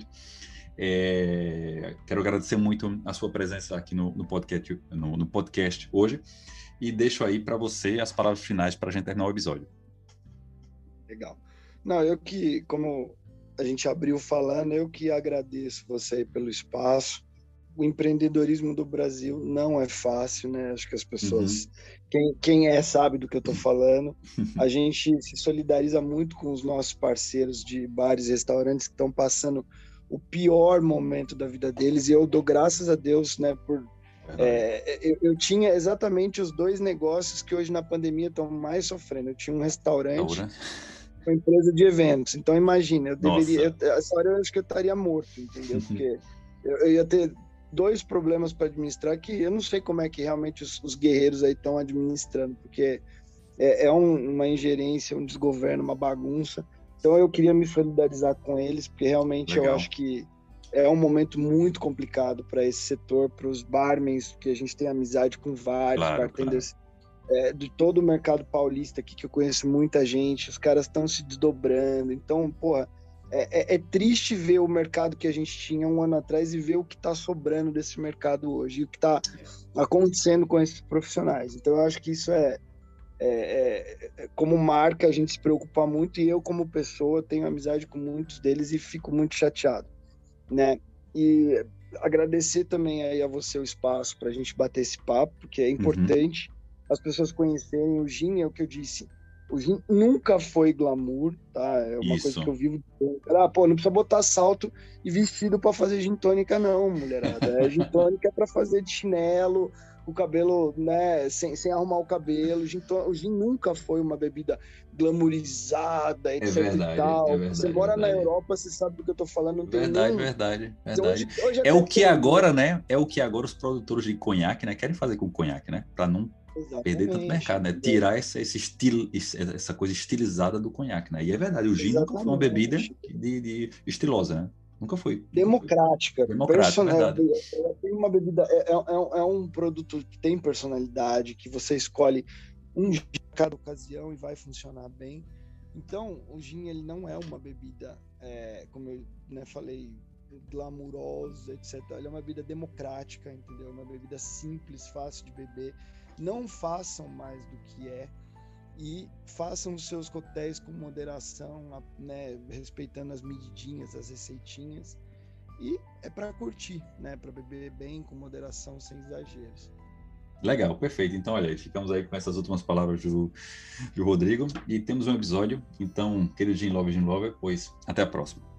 É... Quero agradecer muito a sua presença aqui no, no, podcast, no, no podcast hoje e deixo aí para você as palavras finais para a gente terminar o episódio. Legal. Não, eu que, como a gente abriu falando, eu que agradeço você aí pelo espaço. O empreendedorismo do Brasil não é fácil, né? Acho que as pessoas, uhum. quem, quem é sabe do que eu estou falando. A gente se solidariza muito com os nossos parceiros de bares e restaurantes que estão passando o pior momento da vida deles, e eu dou graças a Deus, né, por... É, eu, eu tinha exatamente os dois negócios que hoje na pandemia estão mais sofrendo. Eu tinha um restaurante uma empresa de eventos. Então, imagina, eu deveria... Nossa. Eu, essa hora eu acho que eu estaria morto, entendeu? Porque eu, eu ia ter dois problemas para administrar que eu não sei como é que realmente os, os guerreiros aí estão administrando, porque é, é um, uma ingerência, um desgoverno, uma bagunça. Então, eu queria me solidarizar com eles, porque realmente Legal. eu acho que é um momento muito complicado para esse setor, para os barmans, que a gente tem amizade com vários Claro, bartenders é, de todo o mercado paulista aqui, que eu conheço muita gente, os caras estão se desdobrando. Então, porra, é, é, é triste ver o mercado que a gente tinha um ano atrás e ver o que está sobrando desse mercado hoje, e o que está acontecendo com esses profissionais. Então, eu acho que isso é, é, é, como marca, a gente se preocupa muito, e eu, como pessoa, tenho amizade com muitos deles e fico muito chateado, né? E agradecer também aí a você o espaço para a gente bater esse papo, porque é importante uhum. as pessoas conhecerem o gin. É o que eu disse, o gin nunca foi glamour, tá? É uma Isso. coisa que eu vivo. Ah, pô, não precisa botar salto e vestido para fazer gin tônica, não, mulherada. É, gin tônica é para fazer de chinelo, o cabelo, né, sem, sem arrumar o cabelo. O gin, o gin nunca foi uma bebida glamourizada, etc. É verdade, e tal. é verdade, você mora verdade. na Europa, você sabe do que eu tô falando, não tem Verdade, nem... verdade, verdade. Hoje, hoje é o que tem, agora, né? É o que agora os produtores de conhaque, né, querem fazer com o conhaque, né? Para não Exatamente. perder tanto mercado, né? Tirar essa, esse estilo, essa coisa estilizada do conhaque, né? E é verdade, o gin Exatamente. nunca foi uma bebida de, de estilosa, né? Nunca foi. Nunca Democrática. Foi. Democrática, person... verdade. Tem uma bebida, é, é, é um produto que tem personalidade, que você escolhe um gin a cada ocasião e vai funcionar bem. Então, o gin, ele não é uma bebida, é, como eu, né, falei, glamurosa, etcétera. Ele é uma bebida democrática, entendeu? Uma bebida simples, fácil de beber. Não façam mais do que é e façam os seus coquetéis com moderação, né, respeitando as medidinhas, as receitinhas. E é para curtir, né, para beber bem, com moderação, sem exageros. Legal, perfeito. Então, olha aí, ficamos aí com essas últimas palavras do, do Rodrigo e temos um episódio. Então, querido Gin Lover, Gin Lover, pois até a próxima.